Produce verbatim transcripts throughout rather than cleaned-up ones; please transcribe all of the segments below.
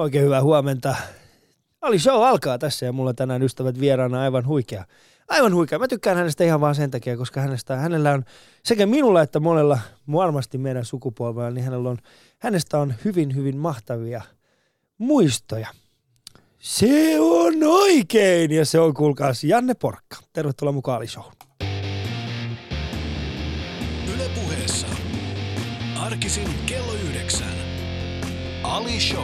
Oikein hyvää huomenta. Ali Show alkaa tässä ja mulla tänään ystävät vieraana aivan huikea. Aivan huikea. Mä tykkään hänestä ihan vaan sen takia, koska hänestä, hänellä on sekä minulla että monella varmasti meidän sukupolvella, niin hänellä on, hänestä on hyvin, hyvin mahtavia muistoja. Se on oikein ja se on kuulkaas Janne Porkka. Tervetuloa mukaan Ali Show. Yle Puheessa. Arkisin kello yhdeksän. Ali Show.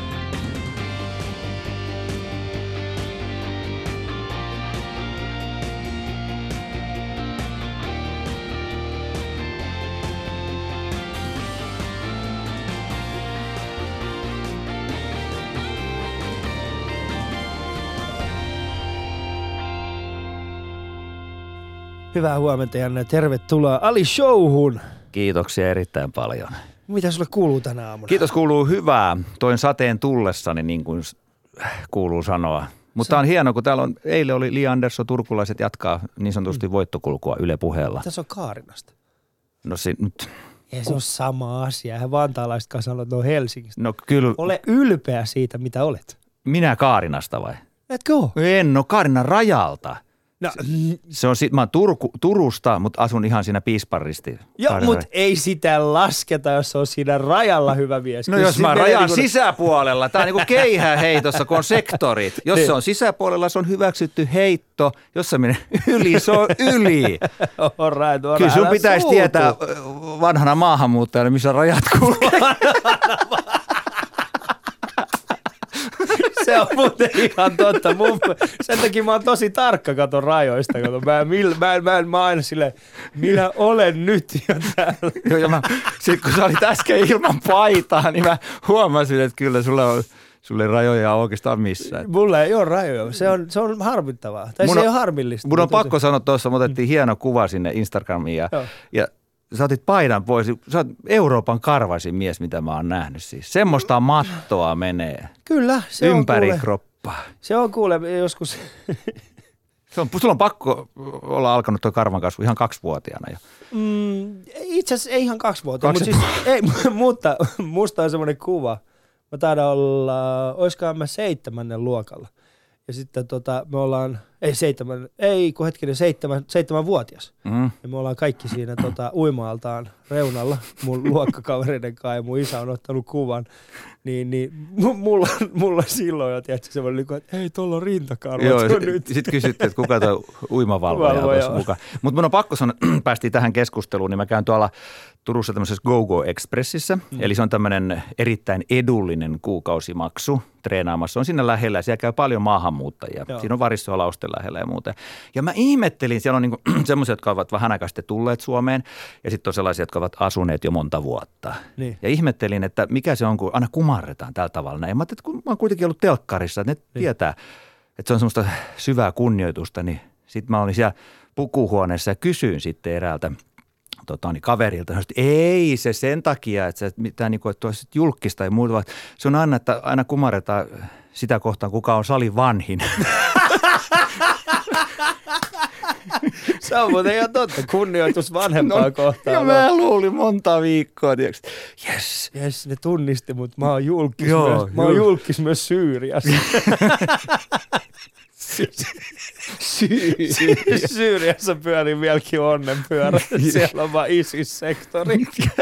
Hyvää huomenta Janne ja tervetuloa Ali Showhun. Kiitoksia erittäin paljon. Mitä sulle kuuluu tänä aamuna? Kiitos, kuuluu hyvää. Toin sateen tullessani, niin kuin kuuluu sanoa. Mutta on hienoa, kun täällä on, eilen oli Li Andersson, turkulaiset jatkaa niin sanotusti voittokulkua Yle Puheella. Tässä on Kaarinasta. No se nyt. Ei se ole sama asia. Eihän vantaalaisetkaan sano, että on Helsingistä. No kyllä. Ole ylpeä siitä, mitä olet. Minä Kaarinasta vai? Etkö ole? En, no Kaarinan rajalta. No, se, se on, mä oon Turku, Turusta, mutta asun ihan siinä Piisparisti. Joo, mutta ei sitä lasketa, jos se on siinä rajalla hyvä mies. No Kyllä jos mä oon rajan niin kuin sisäpuolella, tää on niin kuin keihäheitossa, kun on sektorit. Jos niin. Se on sisäpuolella, se on hyväksytty heitto. Jos se menee yli, se on yli. all right, all Kyllä sun right, pitäisi suutu. tietää vanhana maahanmuuttajana, missä rajat kulkee. Se on muuten ihan totta. Mun, sen takia mä oon tosi tarkka katon rajoista. Kato. Mä, en, mä, en, mä, en, mä aina silleen, minä olen nyt jo täällä. Joo, ja mä, sit kun sä olit äsken ilman paitaa, niin mä huomasin, että kyllä sulla on, sulla ei rajoja oikeastaan missään. Mulla ei ole rajoja. Se on, se on harmittavaa. Tai mun se on, ei ole harmillista. Mun on pakko sanoa tuossa, me otettiin hieno kuva sinne Instagramiin ja, ja sä otit paidan pois. Sä oot Euroopan karvaisin mies, mitä mä oon nähnyt siis. Semmoista mattoa menee. Kyllä, se ympäri on kuule. kroppaa. Se on kuule joskus. Se on, sulla on pakko olla alkanut tuo karvankasvu ihan kaksivuotiaana jo. Mm, itse asiassa ei ihan kaksivuotiaana, mutta, siis, ei, mutta musta on semmoinen kuva. Mä taidan olla, olisikohan mä seitsemännen luokalla. Ja sitten tota, me ollaan, ei seitsemän, ei kun hetkinen, seitsemän, seitsemänvuotias. Mm. Ja me ollaan kaikki siinä tota, uima-altaan reunalla, mun luokkakavereiden kanssa ja mun isä on ottanut kuvan. Niin, niin mulla, mulla silloin jo tietysti semmoinen, että hei, tuolla on rintakarvat. Joo, sitten kysyttiin, että kuka tuo uimavalvoja on tuossa mukaan. Mutta mun on pakko sanoa, päästiin tähän keskusteluun, niin mä käyn tuolla Turussa tämmöisessä GoGo Expressissä. Mm. Eli se on tämmöinen erittäin edullinen kuukausimaksu treenaamassa. On siinä lähellä ja siellä käy paljon maahanmuuttajia. Joo. Siinä on Varissuo Lausten lähellä ja muuten. Ja mä ihmettelin, siellä on niinku semmoisia, jotka ovat vähän aikaa sitten tulleet Suomeen ja sitten on sellaisia, jotka ovat asuneet jo monta vuotta. Niin. Ja ihmettelin, että mikä se on, kun aina kumarretaan tällä tavalla näin. Mä ajattelin, että kun mä oon kuitenkin ollut telkkarissa, että ne niin. tietää, että se on semmoista syvää kunnioitusta, niin sitten mä olin siellä pukuhuoneessa ja kysyin sitten eräältä Tota, niin kaverilta, että ei se sen takia, että, se, mitään, niin kuin, että olisi julkista ja muuta, vaan se on aina, että aina kumarretaan sitä kohtaan, kuka on salin vanhin. Se on muuten ihan totta, kunnioitus vanhempaa no, kohtaan. Ja mä luulin monta viikkoa, tiiäks, jes. Jes, ne tunnisti, mutta mä oon julkis, Joo, myös, mä oon julkis myös Syyriassa. Sy- Sy- Syyriassa pyörii vieläkin onnenpyörä. Siellä on vaan ISIS-sektori.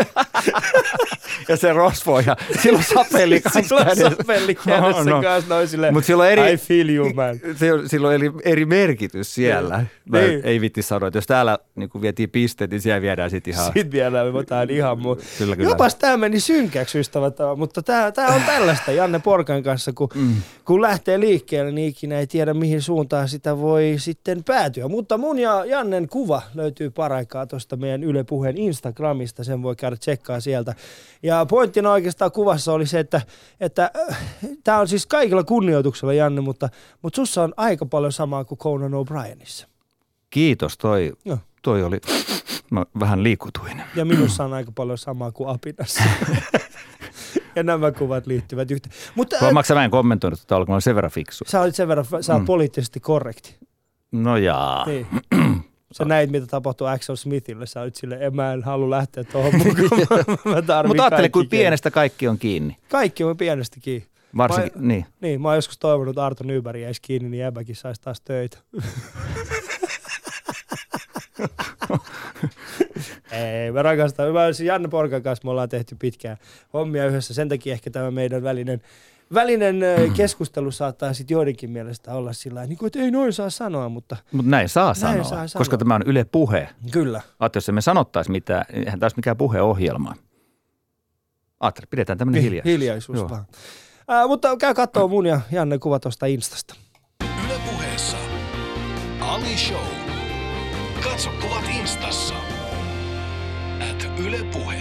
Ja se rosvo ja silloin sapeli kanssa. Silloin sapeli kädessä no, no. kanssa. No, silleen, Mut eri, I feel you, man. Silloin oli eri merkitys siellä. Niin. Ei vitti sanoa, että jos täällä niin kun vietiin pisteet, niin siellä viedään sitten ihan. Sitten viedään, me voidaan ihan muu. Jopas tämä meni synkäksi ystävät, mutta tämä on tällaista Janne Porkan kanssa, kun, mm. kun lähtee liikkeelle, niin ikinä ei tiedä mihin suuntaan sitä voi sitten päätyä. Mutta mun ja Jannen kuva löytyy paraikaa tuosta meidän Yle Puheen Instagramista, sen voi käydä tsekkaa sieltä. Ja pointtina oikeastaan kuvassa oli se, että, että äh, tämä on siis kaikilla kunnioituksella Janne, mutta, mutta sussa on aika paljon samaa kuin Conan O'Brienissa. Kiitos, toi, toi oli, mä vähän liikutuin. Ja minussa on aika paljon samaa kuin Apinassa. Ja nämä kuvat liittyvät yhteen. Mutta Huomaatko mä en kommentoinut, että olko mä sen verran fiksu? Sä olit sen verran, sä oot mm. poliittisesti korrekti. No jaa. Niin. Sä näit, mitä tapahtui Axel Smithille. Sä olit silleen, en mä en halua lähteä tuohon mukaan. Mä tarvin Mutta ajattele, kuin pienestä kaikki on kiinni. Kaikki on pienestä kiinni. Varsinkin, mä, niin. Niin, mä oon joskus toivonut, että Arto Nyberg jäisi kiinni, niin jäbäkin saisi taas töitä. Ei, mä rakastan. Mä olisin Janne Porkan kanssa, me ollaan tehty pitkään hommia yhdessä. Sen takia ehkä tämä meidän välinen, välinen keskustelu saattaa sitten joidenkin mielestä olla sillä tavalla, että ei noin saa sanoa, mutta... Mutta näin saa näin sanoa, saa koska sanoa. Tämä on Yle Puhe. Kyllä. Ajattelin, jos emme sanottaisi mitään, eihän taas mikään puheohjelma. Ajattelin, pidetään tämmöinen Hi- hiljaisuus. Hiljaisuus vaan. Äh, mutta käy kattoo mun ja Janne kuva tuosta Instasta. Yle Puheessa Ali Show. Katso kuvat Instassa. At Yle Puhe.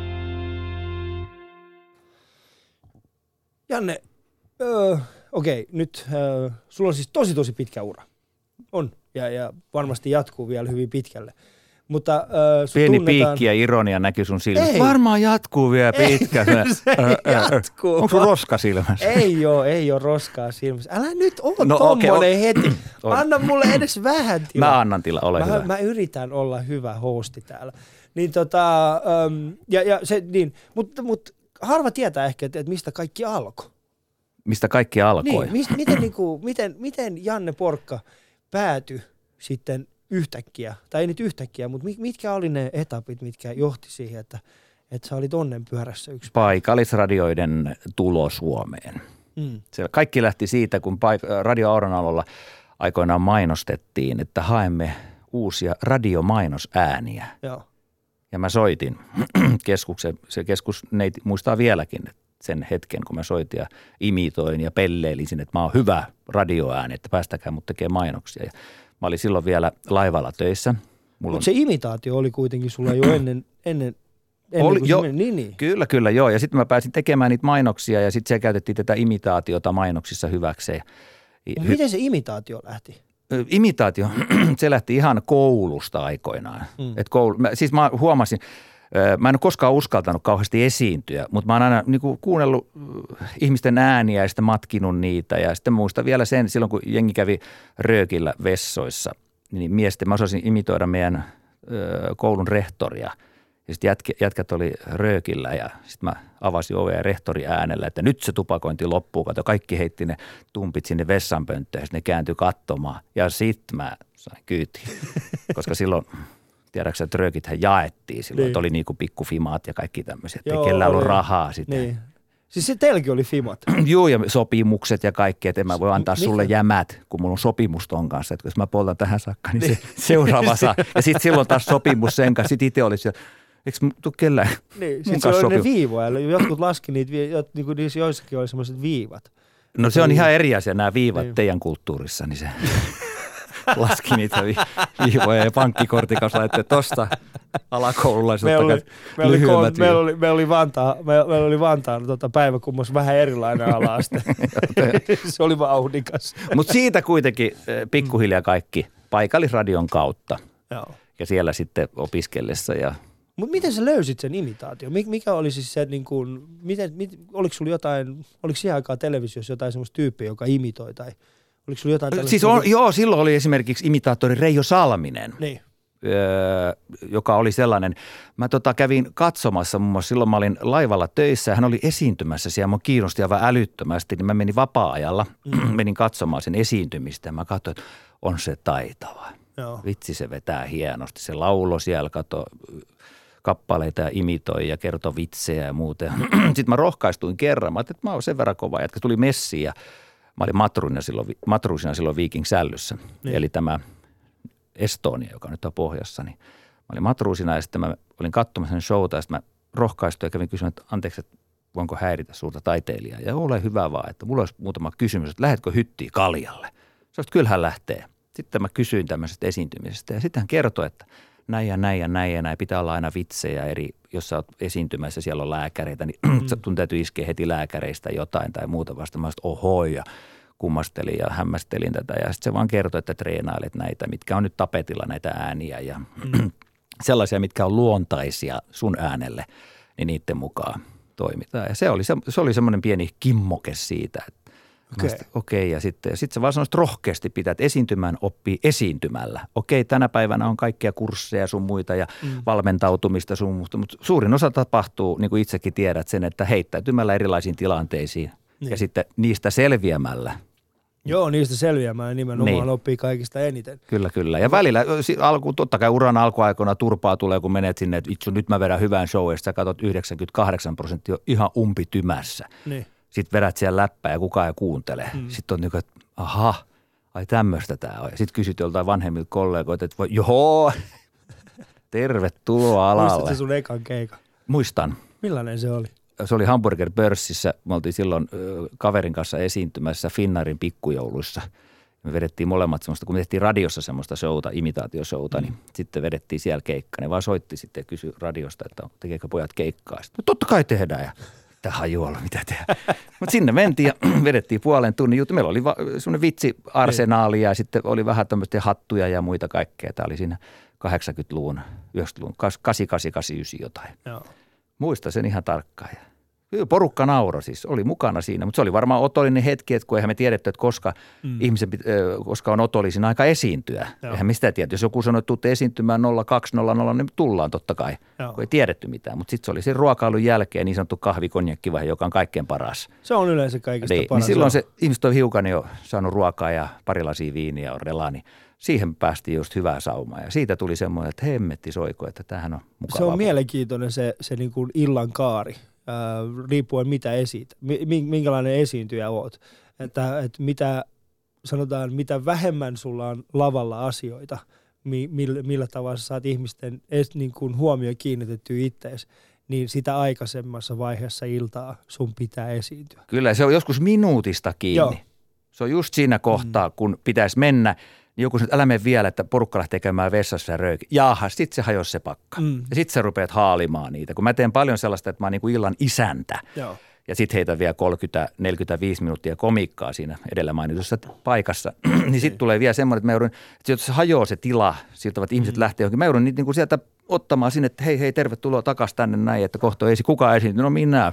Janne, öö, okei, nyt öö, sulla on siis tosi tosi pitkä ura. On, ja, ja varmasti jatkuu vielä hyvin pitkälle. Mutta öö, pieni tunnetaan... piikki ja ironia näkyy sun silmässä. Ei. Varmaan jatkuu vielä pitkä. Se jatkuu. Onko sun roska silmässä? Ei oo, ei oo roskaa silmässä. Älä nyt oo no, tommonen okay, heti. on. Anna mulle edes vähän tilaa. Mä annan tilaa, ole mä, hyvä. Mä yritän olla hyvä hosti täällä. Niin tota, ähm, ja, ja se, niin, mutta mut, harva tietää ehkä, että, että mistä kaikki alkoi. Mistä kaikki alkoi? Niin, mis, miten, niin kuin, miten, miten Janne Porkka päätyi sitten yhtäkkiä, tai ei nyt yhtäkkiä, mutta mitkä oli ne etapit, mitkä johti siihen, että, että sä olit onnenpyörässä yksi paikallisradioiden tulo Suomeen. Mm. Se kaikki lähti siitä, kun paik- Radio Auronalolla aikoinaan mainostettiin, että haemme uusia radiomainosääniä. Joo. Ja mä soitin keskuksen, se keskus neiti muistaa vieläkin sen hetken, kun mä soitin ja imitoin ja pelleilin sinne, että mä oon hyvä radioääni, että päästäkää mut tekemään mainoksia. Ja mä olin silloin vielä laivalla töissä. Mutta on... se imitaatio oli kuitenkin sulla jo ennen, ennen, ennen oli, kuin jo, meni. Niin, niin. Kyllä, kyllä, joo. Ja sitten mä pääsin tekemään niitä mainoksia ja sitten se käytettiin tätä imitaatiota mainoksissa hyväkseen. Hy- miten se imitaatio lähti? Imitaatio, se lähti ihan koulusta aikoinaan. Mm. Et koulu, mä, siis mä huomasin, mä en ole koskaan uskaltanut kauheasti esiintyä, mutta mä oon aina niin kuin kuunnellut ihmisten ääniä ja sitten matkinut niitä. Ja sitten muistan vielä sen, silloin kun jengi kävi röökillä vessoissa, niin miesten, mä osasin imitoida meidän ö, koulun rehtoria. Ja sitten jätkä, jätkät oli röökillä ja sitten mä avasin ovea ja rehtori äänellä, että nyt se tupakointi loppuu. Kato, kaikki heitti ne tumpit sinne vessanpönttöön ja sitten ne kääntyi katsomaan. Ja sitten mä sain kyytiin, koska silloin, tiedätkö että röökithän jaettiin silloin, niin. Että oli niinku pikkufimaat ja kaikki tämmöiset, että kellä ollut rahaa sitten. Niin. Siis se teilläkin oli fimat? Joo, ja sopimukset ja kaikki, että en mä voi antaa Mikä? sulle jämät, kun mulla on sopimus ton kanssa. Että jos mä poltan tähän saakka, niin, niin. se seuraava saa. Ja sitten silloin taas sopimus sen kanssa. Sitten itse oli siellä. Eikö tule kellään? Niin, sitten se oli ne viivoja. Jotkut laski niitä, niin kuin niissä joissakin oli semmoiset viivat. No se on ihan eri asia nämä viivat niin. Teidän kulttuurissa, niin se laski niitä vi- viivoja ja pankkikortin kanssa laittoi tuosta alakoululaiselta lyhyemmät. Meillä oli, me oli Vantaa, me, meillä oli Vantaan tota, päiväkummassa vähän erilainen ala-aste. Se oli vauhdikas. Mutta siitä kuitenkin pikkuhiljaa kaikki paikallisradion kautta. Joo. Ja siellä sitten opiskellessa ja... Mutta miten sä löysit sen imitaatio? Mikä oli siis se, niin kuin, miten, mit, oliko sulla jotain, oliko siihen aikaan televisiossa jotain semmoista tyyppiä, joka imitoi, tai oliko sulla jotain tällaista? Siis on, joo, silloin oli esimerkiksi imitaattori Reijo Salminen, niin. öö, joka oli sellainen, mä tota kävin katsomassa muun muassa, silloin mä olin laivalla töissä ja hän oli esiintymässä siellä, mun kiinnosti aivan älyttömästi, niin mä menin vapaa-ajalla, mm. menin katsomaan sen esiintymistä ja mä katsoin, että on se taitava. Joo. Vitsi, se vetää hienosti, se laulo siellä, kato kappaleita ja imitoi ja kertoi vitsejä ja muuta. Sitten mä rohkaistuin kerran. Mä ajattelin, että mä oon sen verran kova jätkä. Tuli messiin ja mä olin matruina silloin, matruisina silloin Viking Sällyssä. Niin. Eli tämä Estonia, joka nyt on pohjassa. Niin mä olin matruisina ja sitten mä olin katsomassa sen showta ja sitten mä rohkaistuin ja kävin kysymään, että anteeksi, että voinko häiritä suurta taiteilijaa. Ja ole hyvä vaan, että mulla olisi muutama kysymys, että lähdetkö hyttiin kaljalle? Se olisi, kyllähän lähtee. Sitten mä kysyin tämmöisestä esiintymisestä ja sitten hän kertoi, että näin ja näin ja näin ja näin. Pitää olla aina vitsejä eri, jos sä oot esiintymässä, siellä on lääkäreitä, niin mm. sun täytyy iskeä heti lääkäreistä jotain tai muuta vasta. Mä olisin, oho, ja kummastelin ja hämmästelin tätä. Ja sitten se vaan kertoi, että treenailet näitä, mitkä on nyt tapetilla näitä ääniä ja mm. sellaisia, mitkä on luontaisia sun äänelle, niin niiden mukaan toimitaan. Ja se oli, se, se oli semmoinen pieni kimmoke siitä, että Okei, okay. okay, ja sitten sit se vaan sanoisi, että rohkeasti pitää, että esiintymään oppii esiintymällä. Okei, tänä päivänä on kaikkia kursseja sun muita ja mm. valmentautumista sun muuta, mutta suurin osa tapahtuu, niin kuin itsekin tiedät sen, että heittäytymällä erilaisiin tilanteisiin Niin. Ja sitten niistä selviämällä. Joo, niistä selviämään nimenomaan niin. Oppii kaikista eniten. Kyllä, kyllä. Ja välillä, alku, totta kai uran alkuaikoina turpaa tulee, kun menet sinne, että itse nyt mä vedän hyvän show, ja sä katsot yhdeksänkymmentäkahdeksan prosenttia ihan umpitymässä. Niin. Sitten vedät siellä läppää ja kukaan ei kuuntele. Mm. Sitten on niin kuin, että aha, ai tämmöistä tää on. Sitten kysyt joltain vanhemmilta kollegoilta, että voi, joo, tervetuloa alalle. Muistatko sun ekan keikan? Muistan. Millainen se oli? Se oli Hamburger-pörssissä. Me oltiin silloin kaverin kanssa esiintymässä Finnairin pikkujouluissa. Me vedettiin molemmat semmoista, kun me tehtiin radiossa semmoista showta, imitaatioshowta, mm. niin sitten vedettiin siellä keikka. Ne vaan soitti sitten ja kysyi radiosta, että tekeekö pojat keikkaa. Sitten, no totta kai tehdään ja mitä hajualla, mitä tehdään. Mutta sinne mentiin ja vedettiin puolen tunnin juttu. Meillä oli va- semmoinen vitsiarsenaali ja sitten oli vähän tämmöistä hattuja ja muita kaikkea. Tämä oli siinä kahdeksankymmentäluvun, yhdeksänkymmentäluvun, kahdeksankymmentäkahdeksan kahdeksankymmentäyhdeksän jotain. Joo. Muista sen ihan tarkkaan. Porukka nauroi siis, oli mukana siinä, mutta se oli varmaan otollinen hetki, että kun eihän me tiedetty, että koska mm. ihmisen, koska on otollisin aika esiintyä. Joo. Eihän me sitä tiedä. Jos joku sanoo, että tuutte esiintymään nolla kaksi nolla nolla, niin tullaan totta kai, Joo. kun ei tiedetty mitään. Mutta sitten se oli sen ruokailun jälkeen niin sanottu kahvikonjakkivaihe, joka on kaikkein paras. Se on yleensä kaikista niin, paras. Niin silloin se ihmiset on hiukan jo saanut ruokaa ja pari lasia viiniä on relaa, niin siihen päästiin just hyvää saumaa. Ja siitä tuli semmoinen, että hemmetti soiko, että tämähän on mukavaa. Se on mielenkiintoinen se, se niin kuin illan kaari. Äh, riippuen mitä esiit, minkälainen esiintyjä oot. Että, että mitä, sanotaan, mitä vähemmän sulla on lavalla asioita, millä, millä tavalla sä saat ihmisten niin kuin huomioon kiinnitettyä ittees, niin sitä aikaisemmassa vaiheessa iltaa sun pitää esiintyä. Kyllä, se on joskus minuutista kiinni. Joo. Se on just siinä kohtaa, mm. kun pitäisi mennä. Niin joku sanoo, älä mene vielä, että porukka lähtee käymään vessassa ja rööki. Jaha, sit se hajosi se pakka. Mm. Ja sit sä rupeat haalimaan niitä. Kun mä teen paljon sellaista, että mä oon niin kuin illan isäntä. Joo. Ja sit heitän vielä kolmekymmentä neljäkymmentäviisi minuuttia komikkaa siinä edellä mainitussa paikassa. niin sit tulee vielä semmoinen, että mä joudun, että jos se hajoaa se tila, siltä että ihmiset mm. lähtee johonkin. Mä joudun niitä niin kuin sieltä ottamaan sinne, että hei, hei, tervetuloa takaisin tänne näin, että kohta ei kukaan esiinty. No minä.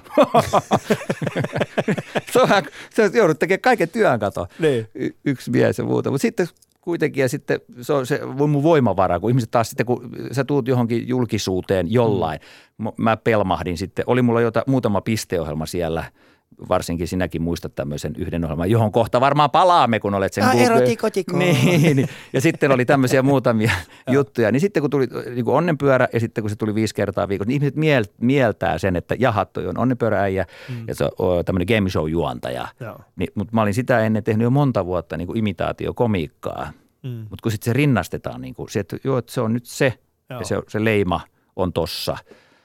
Sä joudut tekemään kaiken työn, kato. Niin. Y- yksi mies ja muuta. Mutta sitten kuitenkin, ja sitten se on se mun voimavara, kun ihmiset taas sitten, kun sä tuut johonkin julkisuuteen jollain, mm. mä pelmahdin sitten, oli mulla jota, muutama pisteohjelma siellä, varsinkin sinäkin muistat tämmöisen yhden ohjelman, johon kohta varmaan palaamme, kun olet sen ah, erotikotikko. Niin, niin, ja sitten oli tämmöisiä muutamia juttuja, niin sitten kun tuli niin kuin onnenpyörä, ja sitten kun se tuli viisi kertaa viikossa, niin ihmiset miel, mieltää sen, että jaha, toi on onnenpyörääijä, mm. ja se on tämmöinen game show juontaja, niin, mutta mä olin sitä ennen tehnyt jo monta vuotta niin kuin imitaatiokomiikkaa, mm. mutta kun sitten se rinnastetaan, niin kuin, se, että, joo, että se on nyt se, joo. ja se, se leima on tossa.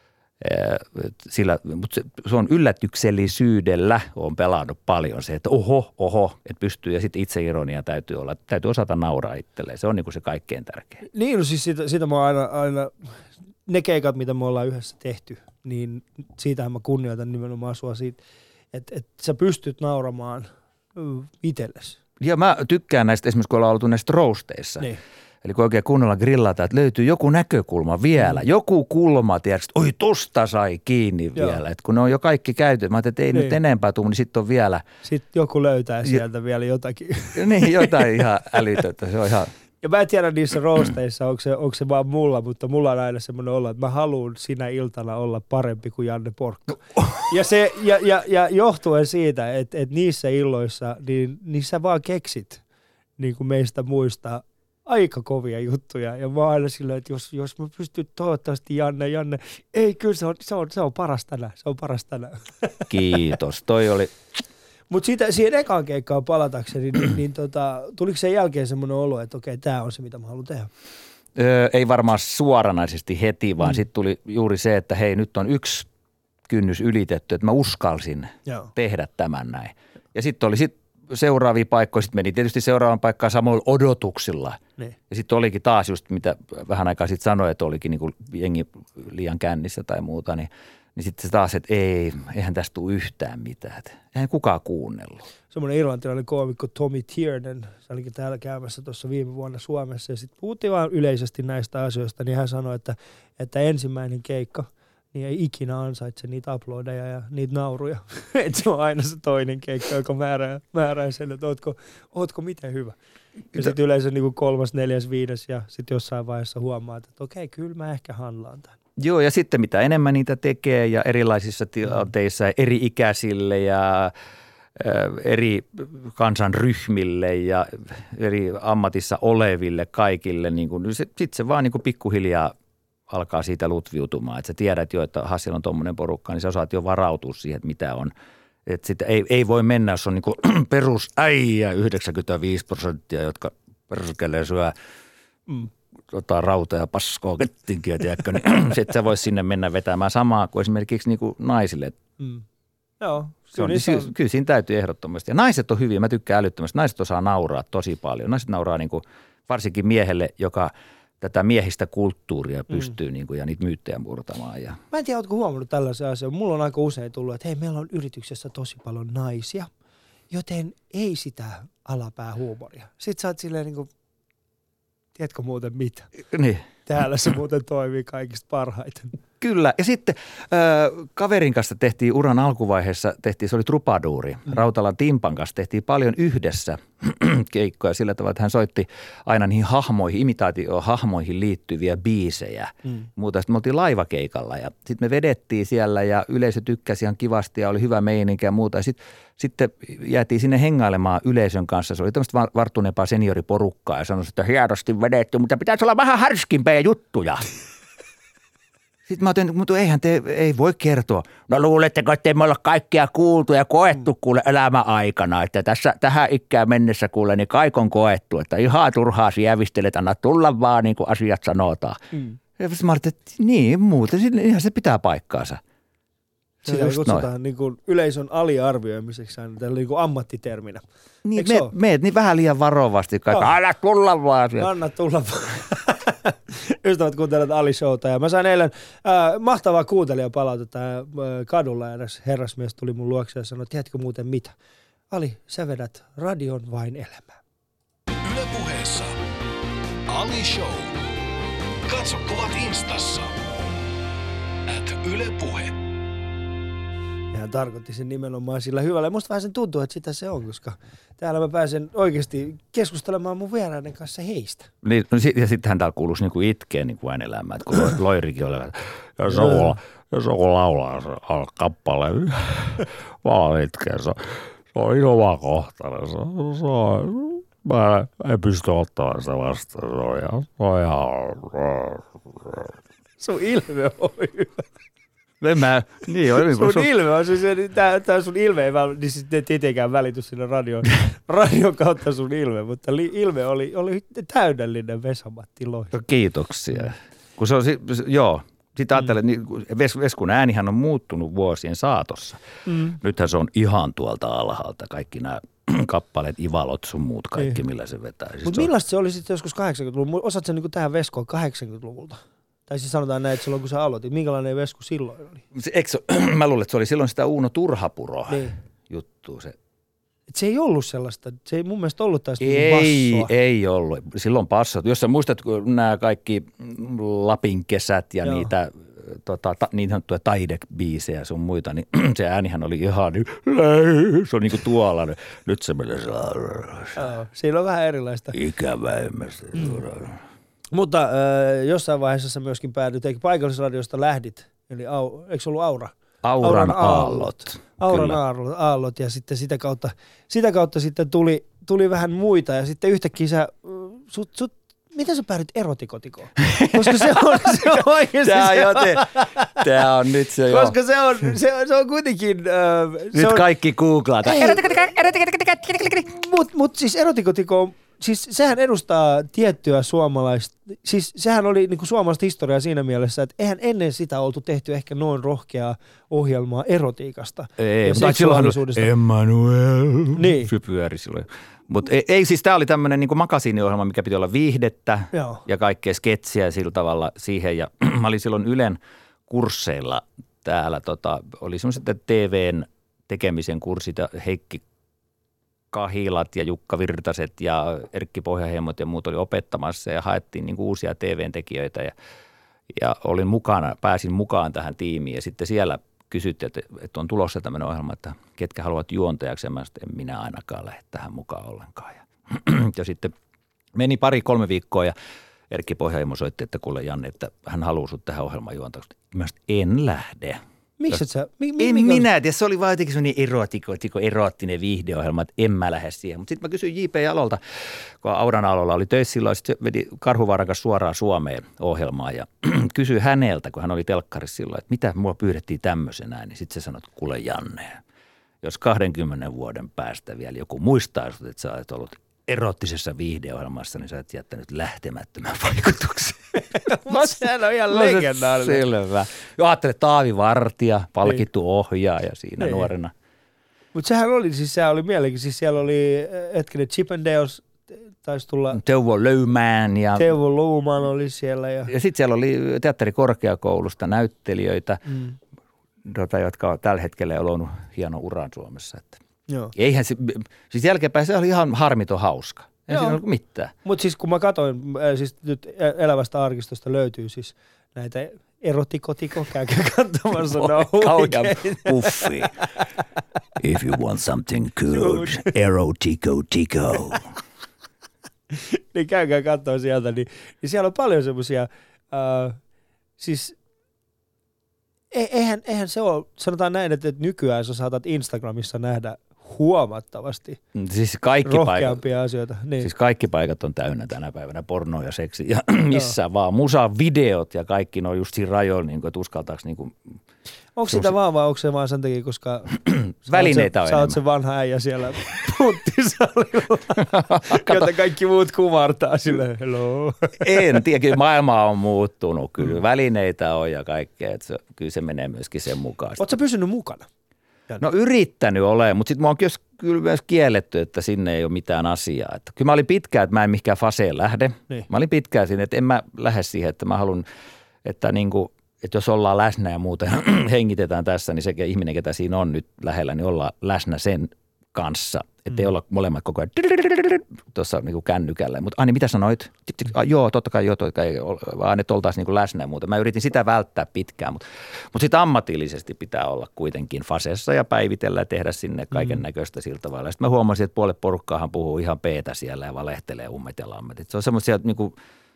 Sillä, mutta se, se on yllätyksellisyydellä, on pelannut paljon se, että oho, oho, että pystyy ja sitten itseironia täytyy olla, täytyy osata nauraa itselleen. Se on niin kuin se kaikkein tärkein. Niin, no siis sitä, sitä mä oon aina, aina, ne keikat, mitä me ollaan yhdessä tehty, niin siitähän mä kunnioitan nimenomaan sua siitä, että, että sä pystyt nauramaan itsellesi. Ja mä tykkään näistä, esimerkiksi kun ollaan oltu näistä roasteissa. Niin. Eli kun oikein kunnolla grillata, että löytyy joku näkökulma vielä, mm. joku kulma, tiedätkö, että oi tosta sai kiinni Joo. vielä. Että kun ne on jo kaikki käyty, mä ajattelin, että ei niin. nyt enempää tule, niin sitten on vielä. Sitten joku löytää sieltä ja, vielä jotakin. Niin, jotain ihan älytöntä, se on ihan. Ja mä en tiedä niissä roosteissa, onko se, onko se vaan mulla, mutta mulla on aina semmoinen olo, että mä haluan sinä iltana olla parempi kuin Janne Porkka. No. Ja, se, ja, ja, ja johtuen siitä, että, että niissä illoissa, niin, niin sä vaan keksit, niin kuin meistä muistaa, aika kovia juttuja. Ja mä aina silleen, että jos, jos mä pystyn toivottavasti Janne, Janne, ei kyllä se on, se on, se on paras tänään, se on paras tänään. Kiitos, toi oli. Mutta siihen ekaan keikkaan palatakseni, niin, niin tota, tuliko sen jälkeen semmoinen olo, että okei, tämä on se, mitä mä haluan tehdä? Öö, ei varmaan suoranaisesti heti, vaan mm. sitten tuli juuri se, että hei, nyt on yksi kynnys ylitetty, että mä uskalsin Joo. tehdä tämän näin. Ja sitten oli sit seuraavia paikkoja, sitten meni tietysti seuraavan paikkaan samoilla odotuksilla. Ne. Ja sitten olikin taas just, mitä vähän aikaa sitten sanoi, että olikin niinku jengi liian kännissä tai muuta, niin, niin sitten se taas, että ei, eihän tästä tule yhtään mitään. Et eihän kukaan kuunnellut. Semmoinen irlantilainen koomikko Tommy Tiernan, se olikin täällä käymässä tuossa viime vuonna Suomessa, ja sitten puhuttiin vaan yleisesti näistä asioista, niin hän sanoi, että, että ensimmäinen keikka, niin ei ikinä ansaitse niitä uploadeja ja niitä nauruja. Että se on aina se toinen keikka, joka määrää, määrää sen, että ootko, ootko miten hyvä. Ja sitten yleensä niin kuin kolmas, neljäs, viides ja sitten jossain vaiheessa huomaat, että okei, kyllä mä ehkä handlaan tämän. Joo, ja sitten mitä enemmän niitä tekee ja erilaisissa tilanteissa eri ikäisille ja eri kansanryhmille ja eri ammatissa oleville kaikille. Niin sitten se vaan niin kuin pikkuhiljaa alkaa siitä lutviutumaan. Että sä tiedät jo, että Hassilla on tuommoinen porukka, niin sä osaat jo varautua siihen, että mitä on. Että sitä ei, ei voi mennä, jos on niin kuin perusäijä yhdeksänkymmentäviisi prosenttia, jotka perskelee syö mm. tota, rauta ja paskoa kettinkiä, tiedätkö, niin sitten sä vois sinne mennä vetämään samaa kuin esimerkiksi niin kuin naisille. Mm. Joo. Se on, ky, on. Kyllä siinä täytyy ehdottomasti. Ja naiset on hyviä, mä tykkään älyttömästi. Naiset osaa nauraa tosi paljon. Naiset nauraa niin kuin, varsinkin miehelle, joka tätä miehistä kulttuuria pystyy mm. niin kuin, ja niitä myyttejä murtamaan. Ja. Mä en tiedä, ootko huomannut tällaisen asian. Mulla on aika usein tullut, että hei, meillä on yrityksessä tosi paljon naisia, joten ei sitä alapäähuumoria. Sitten sä oot silleen niin kuin, tiedätkö muuten mitä? Niin. Täällä se muuten toimii kaikista parhaiten. Kyllä. Ja sitten äh, kaverin kanssa tehtiin uran alkuvaiheessa, tehtiin, se oli trupaduuri. Mm. Rautalan Timpan kanssa tehtiin paljon yhdessä keikkoja sillä tavalla, että hän soitti aina niihin hahmoihin, imitaatio-hahmoihin liittyviä biisejä. Mm. Muuta sitten me oltiin laivakeikalla ja sitten me vedettiin siellä ja yleisö tykkäsi ihan kivasti ja oli hyvä meininki ja muuta. Ja sit, sitten jäätiin sinne hengailemaan yleisön kanssa. Se oli tämmöistä varttuneempaa senioriporukkaa ja sanoi, että hienosti vedetty, mutta pitäisi olla vähän härskimpejä juttuja. Sitten mä otin, mutta eihän te, ei voi kertoa. No luuletteko, että me olla kaikkia kuultu ja koettu kuule elämän aikana. Että tässä, tähän ikään mennessä kuule, niin kaikon koettu. Että ihan turhaa sievistelet, anna tulla vaan niin kuin asiat sanotaan. Mm. Ja mä olin, että niin muuten, ihan se pitää paikkaansa. Sitä kutsutaan niin kuin yleisön aliarvioimiseksi aina tällä niin kuin ammattiterminä. Niin, me, meet niin vähän liian varovasti kaikki. No. Anna tulla vaan. Anna tulla vaan. Ystävät kuuntelevat Ali-showta ja mä sain eilen äh, mahtavaa kuuntelijapalautetta äh, kadulla ja eräs herrasmies tuli mun luokse ja sanoi, tiedätkö muuten mitä? Ali, sä vedät radion vain elämää. Yle Puheessa Ali Show. Katso kuvat Instassa. At Yle Puhe. Hän tarkoitti sen nimenomaan sillä hyvällä. Ja musta vähän sen tuntuu, että sitä se on, koska täällä mä pääsen oikeasti keskustelemaan mun vieraiden kanssa heistä. Niin, no sit, ja sittenhän täällä kuuluisi niinku itkeen niin kuin elämää, että kun Loirikin oli, ja se on, ja se on laulaa se kappale, vaan itkee, se, se on ilman kohtainen, se, se on, mä en pysty ottamaan sitä vastaan, se on ihan, se on ihan. Sun ilme on hyvä. En mä, niin on. Sun sun ilme on siis, tää, tää sun ilme ei väl, niin siis tietenkään välity sinne radio, radion kautta sun ilme, mutta li, ilme oli, oli täydellinen Vesa-Matti Lohi. Kiitoksia. Kun se on, joo, sitten ajattelen, mm. niin Veskun äänihän on muuttunut vuosien saatossa. Mm. Nythän se on ihan tuolta alhaalta, kaikki nämä kappaleet, Ivalot sun muut, kaikki, millä se vetää. Siis mutta millaista se oli sitten joskus kahdeksankymmentäluvulta? Osaatko sä niin tähän Veskoon kahdeksankymmentäluvulta? Tai siis sanotaan näin, että silloin kun sä aloitit, minkälainen Vesku silloin oli? Eikö, mä luulen, että se oli silloin sitä Uuno Turhapuro niin. juttua. Se. Et se ei ollut sellaista, se ei mun mielestä ollut taas ei, bassoa. Ei ollut, silloin passot. Jos sä muistat nämä kaikki Lapin kesät ja Joo. niitä tota, ta, niin sanottuja taidebiisejä sun muita, niin se äänihän oli ihan, niin, se on niin kuin tuolla, nyt se menee Joo, siinä on vähän erilaista. Ikäväimmästä. Mm. Mutta äh, jossain vaiheessa sä myöskin päädyt, eikö paikallisradiosta lähdit, eli au, eikö se ollut Aura? Auran, Auran aallot. Auran aallot, aallot ja sitten sitä kautta, sitä kautta sitten tuli, tuli vähän muita ja sitten yhtäkkiä sä, sut, sut, miten sä päädyt erotikotikoon? Koska se on, se on oikeasti Tää on, joten, tää on nyt se jo. Koska se on, se on, se on kuitenkin... Äh, se nyt on, kaikki googlataan. Mutta mut siis erotikotiko on... Siis sehän edustaa tiettyä suomalaista, siis sehän oli niinku suomalaista historiaa siinä mielessä, että eihän ennen sitä oltu tehty ehkä noin rohkeaa ohjelmaa erotiikasta. Ei, mutta silloin Emmanuel, niin. se pyöri silloin. Mutta ei, ei siis tämä oli tämmöinen niinku makasiiniohjelma, mikä piti olla viihdettä Joo. ja kaikkea sketsiä sillä tavalla siihen. Ja mä olin silloin Ylen kursseilla täällä, tota, oli semmoiset T V:n tekemisen kurssit ja Heikki Kahilat ja Jukka Virtaset ja Erkki Pohjaheimot ja muut oli opettamassa ja haettiin niin kuin uusia T V:n tekijöitä ja, ja olin mukana, pääsin mukaan tähän tiimiin ja sitten siellä kysyttiin, että, että on tulossa tämmöinen ohjelma, että ketkä haluavat juontajaksi ja mä sitten en minä ainakaan lähde tähän mukaan ollenkaan. Ja, ja sitten meni pari-kolme viikkoa ja Erkki Pohjaheimo soitti, että kuule Janne, että hän haluaa sut tähän ohjelmaan juontajaksi. Mä sitten en lähde. Miksi et sä? Mi, mi, en minä tiedä, se oli vaan jotenkin sellainen erotiko, eroottinen viihdeohjelma, että en mä lähde siihen. Mutta sitten mä kysyin J P Jalolta, kun Auran aloilla oli töissä silloin, sitten vedi Karhuvaarakas suoraan Suomeen ohjelmaan ja kysyi häneltä, kun hän oli telkkarissa silloin, että mitä mua pyydettiin tämmöisenä, niin sitten se sanoi, että kuule Janne, jos kahdenkymmenen vuoden päästä vielä joku muistaa, että sä olet ollut erottisessa viihdeohjelmassa, niin sä oot jättänyt lähtemättömän vaikutuksen. Mutta sehän on ihan legendaarinen. Selvä. Jo ajattelin, Taavi Vartija, palkittu niin. ohjaaja siinä niin. nuorena. Mutta sehän oli, siis sehän oli mielenkiintoista. Siis siellä oli hetkinen Chippendales, taisi tulla. Teuvo Löymään. Ja Teuvo Louman oli siellä. Ja, ja sitten siellä oli teatterikorkeakoulusta näyttelijöitä, mm. tota, jotka on tällä hetkellä luonut hienon uran Suomessa. Että joo. Eihän se, siis jälkeenpäin se oli ihan harmiton hauska. Ei siinä ollut mitään. Mutta siis kun mä katsoin, siis nyt Elävästä arkistosta löytyy siis näitä erotikotiko, käykää katsomassa. No, kauhean puffi. If you want something good, erotiko-tiko. Niin käykää katsoa sieltä, niin, niin siellä on paljon semmoisia, äh, siis eihän, eihän se ole, sanotaan näin, että nykyään sä saatat Instagramissa nähdä huomattavasti siis kaikki rohkeampia paikat, asioita. Niin. Siis kaikki paikat on täynnä tänä päivänä, porno ja seksi ja missä no. vaan. Musa, videot ja kaikki ne on just siinä rajoilla, niin kuin, että uskaltaako. Niin kuin, onko sitä vaan vai onko se vaan sen takia, koska välineitä on sä oot se vanha äijä siellä punttisalilla, jota kaikki muut kumartaa silleen, hello. En tiedä, kyllä maailma on muuttunut, kyllä välineitä on ja kaikkea, että se, kyllä se menee myöskin sen mukaan. Ootko sä pysynyt mukana? No yrittänyt ole, mutta sitten mä oon kyllä myös kielletty, että sinne ei ole mitään asiaa. Että kyllä mä olin pitkään, että mä en mihinkään faseen lähde. Niin. Mä olin pitkään siinä, että en mä lähde siihen, että mä haluan, että, niinku, että jos ollaan läsnä ja muuta ja hengitetään tässä, niin se ihminen, ketä siinä on nyt lähellä, niin ollaan läsnä sen kanssa. Että ei olla molemmat koko ajan tuossa niinku kännykällä. Mutta Ani, mitä sanoit? Ah, joo, totta kai joo, totta kai, vaan että oltaisiin niinku läsnä ja muuta. Mä yritin sitä välttää pitkään, mutta, mutta sitten ammatillisesti pitää olla kuitenkin faseessa ja päivitellä ja tehdä sinne kaiken näköistä sillä tavalla. Sitten mä huomasin, että puolet porukkaahan puhuu ihan peetä siellä ja valehtelee ummet ja lammet. Et se on semmoisia niinku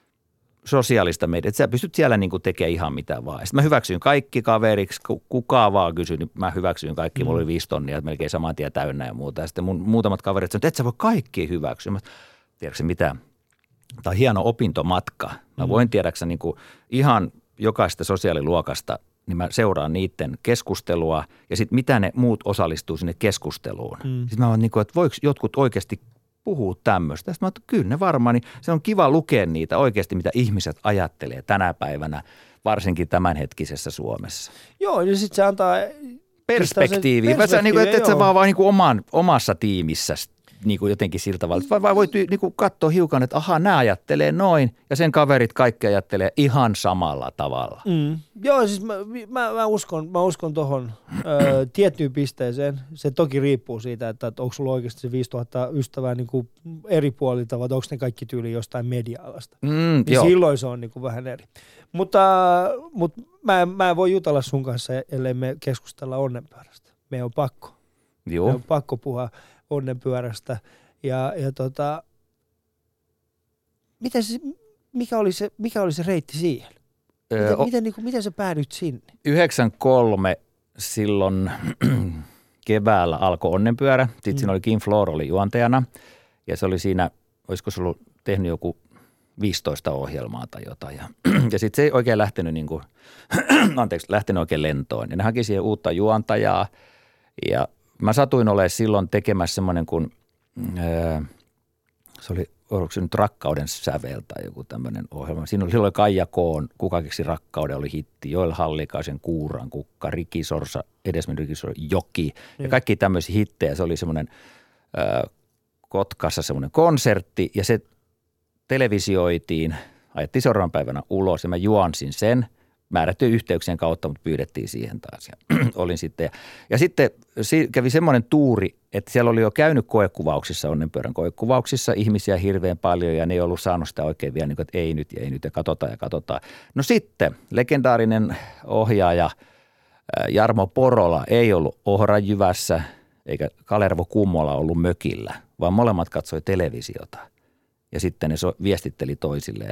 sosiaalista mediaa, että sä pystyt siellä niinku tekemään ihan mitä vaan. Sitten mä hyväksyin kaikki kaveriksi, kukaan vaan kysyi, niin mä hyväksyin kaikki, mm. mulla oli viisi tonnia, melkein saman tien täynnä ja muuta. Ja sitten mun muutamat kaverit sanoivat, että et sä voi kaikki hyväksyä. Mä, tiedätkö mitä? Tämä on hieno opintomatka. Mä voin tiedäksä niinku ihan jokaista sosiaaliluokasta, niin mä seuraan niiden keskustelua ja sitten mitä ne muut osallistuu sinne keskusteluun. Mm. Sitten mä oon niin kuin, että voiko jotkut oikeasti puhuu tämmöistä. Sitten mä oon, kyllä ne varmaan, niin se on kiva lukea niitä oikeasti, mitä ihmiset ajattelee tänä päivänä, varsinkin tämänhetkisessä Suomessa. Joo, ja sitten se antaa perspektiiviä. Perspektiivi, niin kuin, että et sä vaan, vaan niin kuin oman, omassa tiimissä niin kuin jotenkin siltä tavalla. Vai, vai voit niin kuin katsoa hiukan, että ahaa, nämä ajattelee noin ja sen kaverit kaikki ajattelee ihan samalla tavalla. Mm. Joo, siis mä, mä, mä uskon, mä uskon tuohon ö, tiettyyn pisteeseen. Se toki riippuu siitä, että, että onko sulla oikeasti se viisituhatta ystävää niin kuin eri puolilta, vai onko ne kaikki tyyli jostain media-alasta. Mm, niin silloin se on niin kuin vähän eri. Mutta, mutta mä, mä en voi jutella sun kanssa, ellei me keskustella onnenpyörästä. Meidän on pakko. Joo. Meidän on pakko puhua onnenpyörästä. Ja, ja tota, mitä se, mikä, oli se, mikä oli se reitti siihen? Miten, öö, miten, niin kuin, miten sä päädyit sinne? yhdeksänkymmentäkolme silloin keväällä alkoi onnenpyörä. Sitten mm. siinä oli Kim Floor oli juontajana ja se oli siinä, olisiko se ollut tehnyt joku viisitoista ohjelmaa tai jotain. Ja, ja sitten se ei oikein lähtenyt, niin kuin, anteeksi, lähtenyt oikein lentoon. Ja ne haki siihen uutta juontajaa ja mä satuin olemaan silloin tekemässä semmoinen kuin, ää, se oli, oliko se nyt Rakkauden sävel tai joku tämmöinen ohjelma. Siinä oli silloin Kaija Koon, Kuka keksi rakkauden oli hitti, Joel Hallikaisen Kuuran kukka, Riki Sorsa, edesmennyt Riki Sorsa, Joki ja kaikki tämmöisiä hittejä. Se oli semmoinen ää, Kotkassa semmoinen konsertti ja se televisioitiin, ajettiin seuraavan päivänä ulos ja mä juonsin sen. Määrättyjen yhteyksien kautta, mutta pyydettiin siihen taas. Ja, olin sitten. Ja sitten kävi semmoinen tuuri, että siellä oli jo käynyt koekuvauksissa, onnenpyörän koekuvauksissa ihmisiä hirveän paljon ja ne ei ollut saanut sitä oikein vielä, niin kuin, että ei nyt, ei nyt ja katsotaan ja katsotaan. No sitten legendaarinen ohjaaja Jarmo Porola ei ollut Ohrajyvässä eikä Kalervo Kummola ollut mökillä, vaan molemmat katsoi televisiota. Ja sitten ne so- viestitteli toisilleen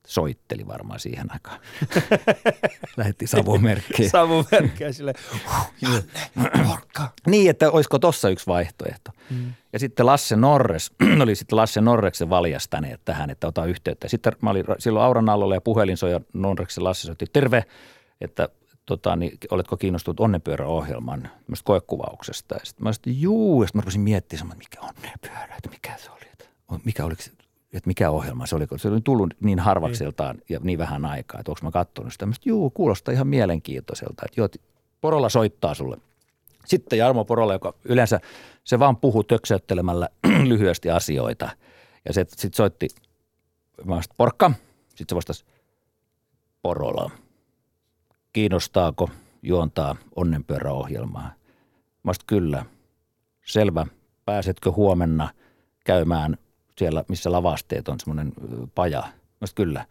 soitteli varmaan siihen aikaan. Lähetti savumerkkiä. Savumerkkiä silleen, Janne, porkka. Niin, että olisiko tossa yksi vaihtoehto. Mm. Ja sitten Lasse Norres, oli sitten Lasse Norreksen valjastaneet tähän, että ota yhteyttä. Sitten mä olin silloin Auran allolla ja puhelin soi ja Norreksen Lasse soitti, terve, että tota, niin, oletko kiinnostunut Onnenpyörä-ohjelman koekuvauksesta. Ja sitten mä sanoin, juu, ja sitten mä rupesin miettimään, mikä Onnenpyörä, että mikä se oli, että mikä oliko se. Että mikä ohjelma se oli, kun se oli tullut niin harvakseltaan ja niin vähän aikaa, että onko mä katsonut sitä. Mä sanoin, juu, kuulostaa ihan mielenkiintoiselta, että joo, Porola soittaa sulle. Sitten Jarmo Porola, joka yleensä se vaan puhuu töksäyttelemällä lyhyesti asioita. Ja se sitten soitti, mä sanoin, porkka, sitten se vastasi, Porola, kiinnostaako juontaa Onnenpyörä-ohjelmaa? Mä sanoin, kyllä, selvä, pääsetkö huomenna käymään siellä, missä lavasteet on semmoinen paja. Mä sanoin, kyllä,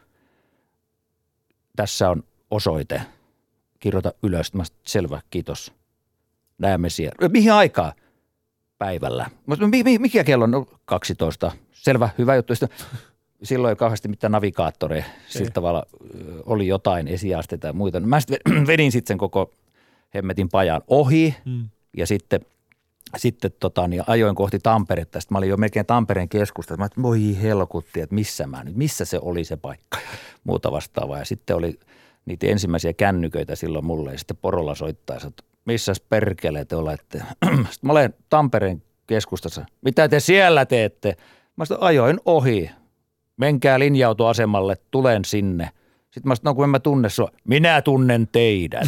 tässä on osoite, kirjoita ylös. Mä sanoin, selvä, kiitos. Näemme siellä. Mihin aikaa? Päivällä. Mä sanoin, mikä kello on? kaksitoista. Selvä, hyvä juttu. Silloin ei kauheasti mitään navigaattoreja. Sillä tavalla oli jotain esiasteita ja muita. Mä sitten vedin sitten sen koko hemmetin pajan ohi hmm. ja sitten Sitten tota, niin ajoin kohti Tamperetta. Sitten mä olin jo melkein Tampereen keskustassa. Mä ajattelin, voi helkutti, että missä mä nyt, missä se oli se paikka ja muuta vastaavaa. Ja sitten oli niitä ensimmäisiä kännyköitä silloin mulle. Ja sitten Porola soittaa, että missäs perkele te olette. Sitten mä olen Tampereen keskustassa. Mitä te siellä teette? Mä sanoin, ajoin ohi. Menkää linja-autoasemalle, tulen sinne. Sitten mä sanoin, no kun en mä tunne sua. Minä tunnen teidät.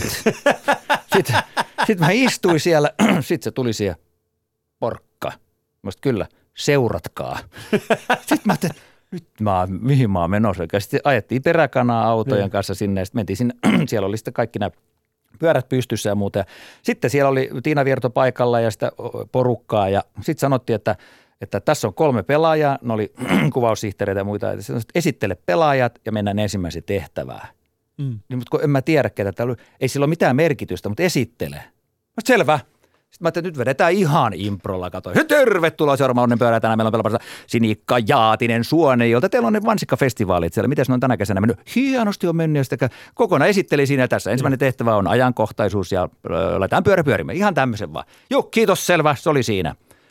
Sitten, sitten mä istuin siellä. Sitten se tuli siellä. Porkka. Mä sanoin, kyllä, seuratkaa. Sitten mä ajattelin, nyt mä oon, mihin mä oon menossa. Sitten ajettiin peräkanaa autojen kanssa sinne ja sitten mentiin sinne. Siellä oli sitten kaikki nämä pyörät pystyssä ja muuta. Ja sitten siellä oli Tiina Vierto paikalla ja sitä porukkaa ja sitten sanottiin, että, että tässä on kolme pelaajaa. Ne oli kuvaussihteereitä ja muita. Ja esittele pelaajat ja mennään ensimmäiseen tehtävään. Mm. Niin, mutta kun en mä tiedä, ketä täällä oli. Ei sillä ole mitään merkitystä, mutta esittele. Mä selvä. Sitten mä ajattelin, että nyt vedetään ihan improlla, katsoin. Tervetuloa seuraamaan Onnenpyörää. Tänään meillä on pelapasta Sinikka Jaatinen Suonenjolta. Teillä on ne Vansikka-festivaalit siellä. Miten ne on tänä kesänä mennyt? Hienosti on mennyt. Ja sitten kokonaan esitteli siinä tässä. Ensimmäinen tehtävä on ajankohtaisuus ja äh, laitetaan pyörä pyörimään. Ihan tämmöisen vaan. Joo, kiitos, selvä. Se oli siinä.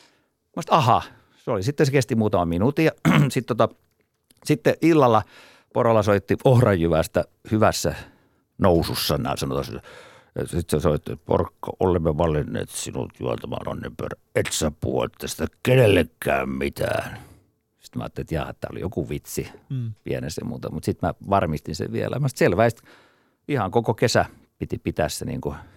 Mä sanoin, aha, se oli. Sitten se kesti muutama minuutin. Ja sitten, tota, sitten illalla Porola soitti Ohranjyvästä hyvässä nousussa. Nämä sanotaan. Sitten sä soit, että porkka, olemme valinneet sinut juontamaan Onnenpyörä. Et sä puhua tästä kenellekään mitään. Sitten mä ajattelin, että jaa, tämä oli joku vitsi mm. pienessä ja muuta. Mutta sitten mä varmistin sen vielä. Mä sitten selvä, ihan koko kesä piti pitää se niin kuin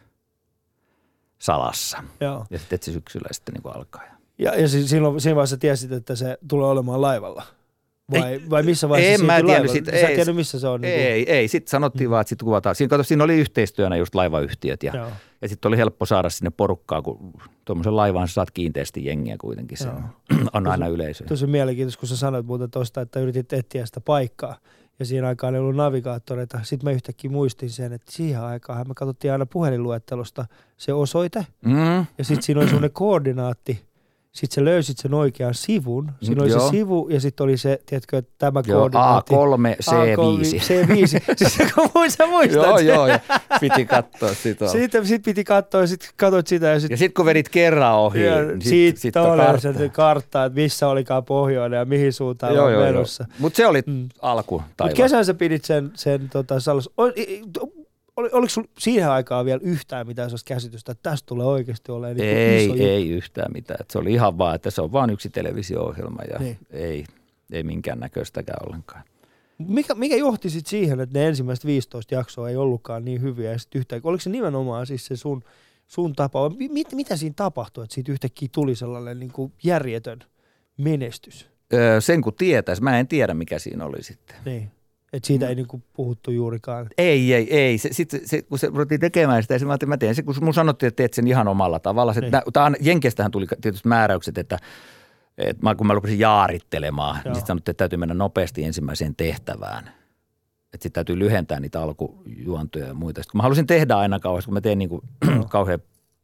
salassa. Joo. Ja sitten se syksyllä sitten niin kuin alkaa. Ja, ja silloin, siinä vaiheessa tiesit, että se tulee olemaan laivalla. Vai, ei, vai missä vaiheessa en mä tiedä, sit, Sä ei tiedä, missä se on. Ei, niin ei, ei. Sitten sanottiin mm. vaan, että sitten kuvataan. Siinä, kato, siinä oli yhteistyönä just laivayhtiöt ja, ja sitten oli helppo saada sinne porukkaa, kun tuommoisen laivaan sä saat kiinteästi jengiä kuitenkin. Se on aina yleisö. Tosi mielenkiintoista, kun sä sanoit muuten tuosta, että yritit etsiä sitä paikkaa ja siinä aikaan ei ollut navigaattoreita. Sitten mä yhtäkkiä muistin sen, että siihen aikaan me katsottiin aina puhelinluettelosta se osoite mm. ja sitten siinä oli semmoinen koordinaatti. Sitten sä löysit sen oikean sivun. Siinä oli Joo. se sivu ja sitten oli se, tiedätkö, tämä Joo, koordinaatti. A kolme C viisi. C viisi. Siis kun sä muistat. Joo, joo. Ja piti katsoa sitä. Sitten sit piti katsoa ja sitten katsot sitä. Ja sitten sit kun vedit kerran ohi, ja niin sitten sit on kartta. Se kartta, että missä olikaan pohjoinen ja mihin suuntaan joo, on joo, menossa. Mutta se oli mm. alku. Mutta kesän sä pidit sen, sen tota, salassa. Ol, oliko sinulla siihen aikaan vielä yhtään mitään sellaista käsitystä, että tästä tulee oikeasti olemaan niin ei, iso ei juttu? Yhtään mitään. Että se oli ihan vaan, että se on vain yksi televisio-ohjelma ja niin. ei, ei minkään näköistäkään ollenkaan. Mikä, mikä johti sitten siihen, että ne ensimmäiset viisitoista jaksoa ei ollutkaan niin hyviä ja sitten yhtäkkiä, oliko se nimenomaan siis se sun, sun tapa, mit, mitä siinä tapahtui, että siitä yhtäkkiä tuli sellainen niin kuin järjetön menestys? Öö, sen kun tietäisi, mä en tiedä mikä siinä oli sitten. Niin. Että siitä mm. ei niinku puhuttu juurikaan. Ei, ei, ei. Se, sit, se, kun se ruvettiin tekemään sitä, mä ajattelin, mä teen se, kun mun sanottiin, että teet sen ihan omalla tavalla. Se, niin. Jenkestähän tuli tietysti määräykset, että, että mä, kun mä rupesin jaarittelemaan, Joo. niin sitten sanottiin, että täytyy mennä nopeasti ensimmäiseen tehtävään. Että sitten täytyy lyhentää niitä alkujuontoja ja muita. Sitten kun mä halusin tehdä aina kauheasti, kun mä teen niinku kauhean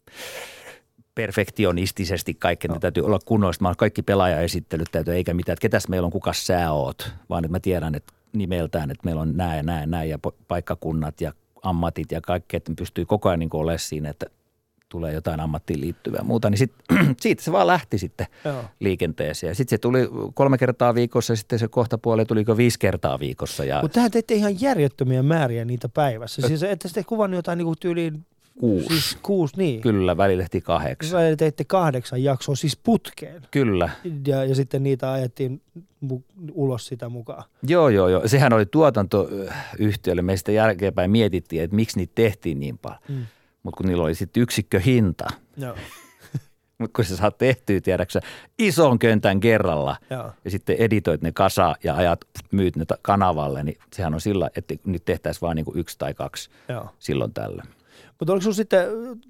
perfektionistisesti kaikki, no. ne täytyy olla kunnollista. Mä kaikki pelaajaesittelyt täytyy, eikä mitään, että ketäs meillä on, kukas sä oot, vaan että mä tiedän, että nimeltään, että meillä on nämä ja nämä ja nämä ja paikkakunnat ja ammatit ja kaikki, että pystyy koko ajan niin kuin olemaan siinä, että tulee jotain ammattiin liittyvää ja muuta, niin sit, siitä se vaan lähti sitten Joo. liikenteeseen. Ja sitten se tuli kolme kertaa viikossa ja sitten se kohta puoli tuliko viisi kertaa viikossa. Ja... Mutta tähän teitte ihan järjettömiä määriä niitä päivässä. Siis ette sitten kuvannut jotain niin kuin tyyliin kuusi. Siis kuusi, niin. Kyllä, välillä tehtiin kahdeksan. Välillä teitte kahdeksan jaksoa siis putkeen. Kyllä. Ja, ja sitten niitä ajettiin mu- ulos sitä mukaan. Joo, joo, joo. Sehän oli tuotantoyhtiölle. Me sitä jälkeenpäin mietittiin, että miksi niitä tehtiin niin paljon. Mm. Mutta kun niillä oli sitten yksikköhinta. Joo. Mutta kun sä saat tehtyä, tiedäksä, ison köntän kerralla Joo. ja sitten editoit ne kasa ja ajat, myyt ne kanavalle, niin sehän on sillä, että nyt tehtäisiin vaan niinku yksi tai kaksi Joo. silloin tällä. Mutta oliko sinulla sitten,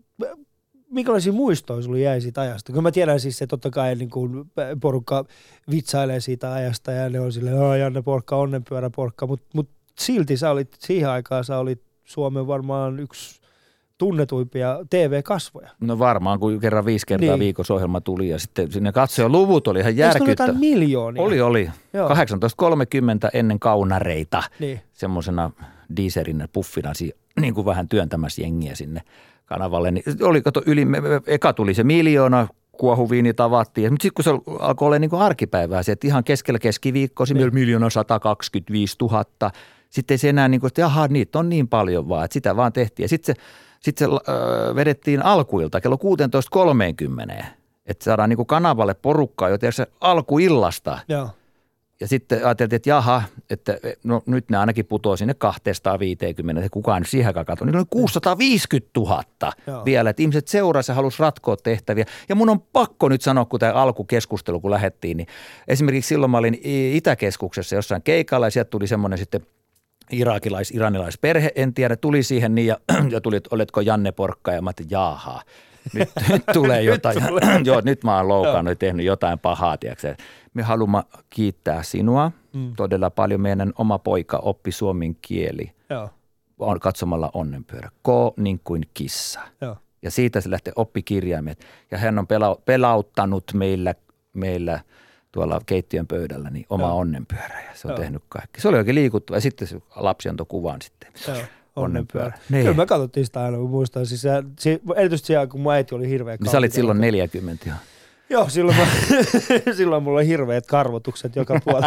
minkälaisia muistoja sinulla jäi siitä ajasta? Kun mä tiedän siis, että totta kai niin kun porukka vitsailee siitä ajasta ja ne on silleen, Janne Porkka, onnenpyörä Porkka, mutta mut silti sä olit, siihen aikaan sä olit Suomen varmaan yksi tunnetuimpia T V-kasvoja. No varmaan, kun kerran viisi kertaa niin. viikossa ohjelma tuli ja sitten sinne katsojaluvut oli ihan järkyttä. Eikö jotain miljoonia? Oli, oli. Joo. kahdeksantoista kolmekymmentä ennen kaunareita. Niin. Semmoisena diiserinä puffina niin kuin vähän työntämässä jengiä sinne kanavalle. Niin oli, kato, yli, eka tuli se miljoona, kuohuviini tavattiin. Mutta sitten kun se alkoi olla niin kuin arkipäivää, se, että ihan keskellä keskiviikkoa, se niin. miljoona sata kaksikymmentäviisi tuhatta. Sitten ei se enää niin kuin, että jaha, niitä on niin paljon vaan, että sitä vaan tehtiin. Ja sitten se Sitten se äh, vedettiin alkuilta kello kuusitoista kolmekymmentä, että saadaan niin kuin kanavalle porukkaa jo tiedätkö, alkuillasta. Joo. Ja sitten ajateltiin, että jaha, että no nyt ne ainakin putoaa sinne kaksisataaviisikymmentä, että kukaan nyt siihen aikaan katsoi. Niillä oli kuusisataaviisikymmentätuhatta Joo. vielä, että ihmiset seurasi ja halusi ratkoa tehtäviä. Ja mun on pakko nyt sanoa, kun tämä alkukeskustelu kun lähdettiin, niin esimerkiksi silloin mä olin Itäkeskuksessa jossain keikalla ja sieltä tuli semmoinen sitten irakilais, iranilaisperhe, en tiedä, tuli siihen niin ja, ja tuli, että oletko Janne Porkka ja mä ajattelin, jaaha, nyt, nyt tulee jotain. nyt tulee. Joo, nyt mä oon loukannut ja tehnyt jotain pahaa, tiedätkö. Me haluamme kiittää sinua mm. todella paljon. Meidän oma poika oppi suomen kieli Joo. on katsomalla onnenpyörä. Ko niin kuin kissa. Joo. Ja siitä se lähtee oppikirjaimet. Ja hän on pela, pelauttanut meillä, meillä tuolla keittiön pöydällä niin oma Joo. onnenpyörä ja se on Joo. tehnyt kaikki. Se oli oikein liikuttava ja sitten se lapsi antoi kuvan sitten. Joo. Onnenpyörä. Niin. Kyllä me katsottiin sitä aina, kun muistan. Siis se, se, erityisesti siellä, kun mun äiti oli hirveä niin sä olit silloin neljäkymmentä jo. Joo, silloin, mä, silloin mulla oli hirveät karvotukset joka puolella.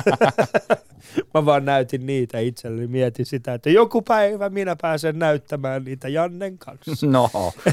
Mä vaan näytin niitä itselleni, mietin sitä, että joku päivä minä pääsen näyttämään niitä Jannen kanssa. No.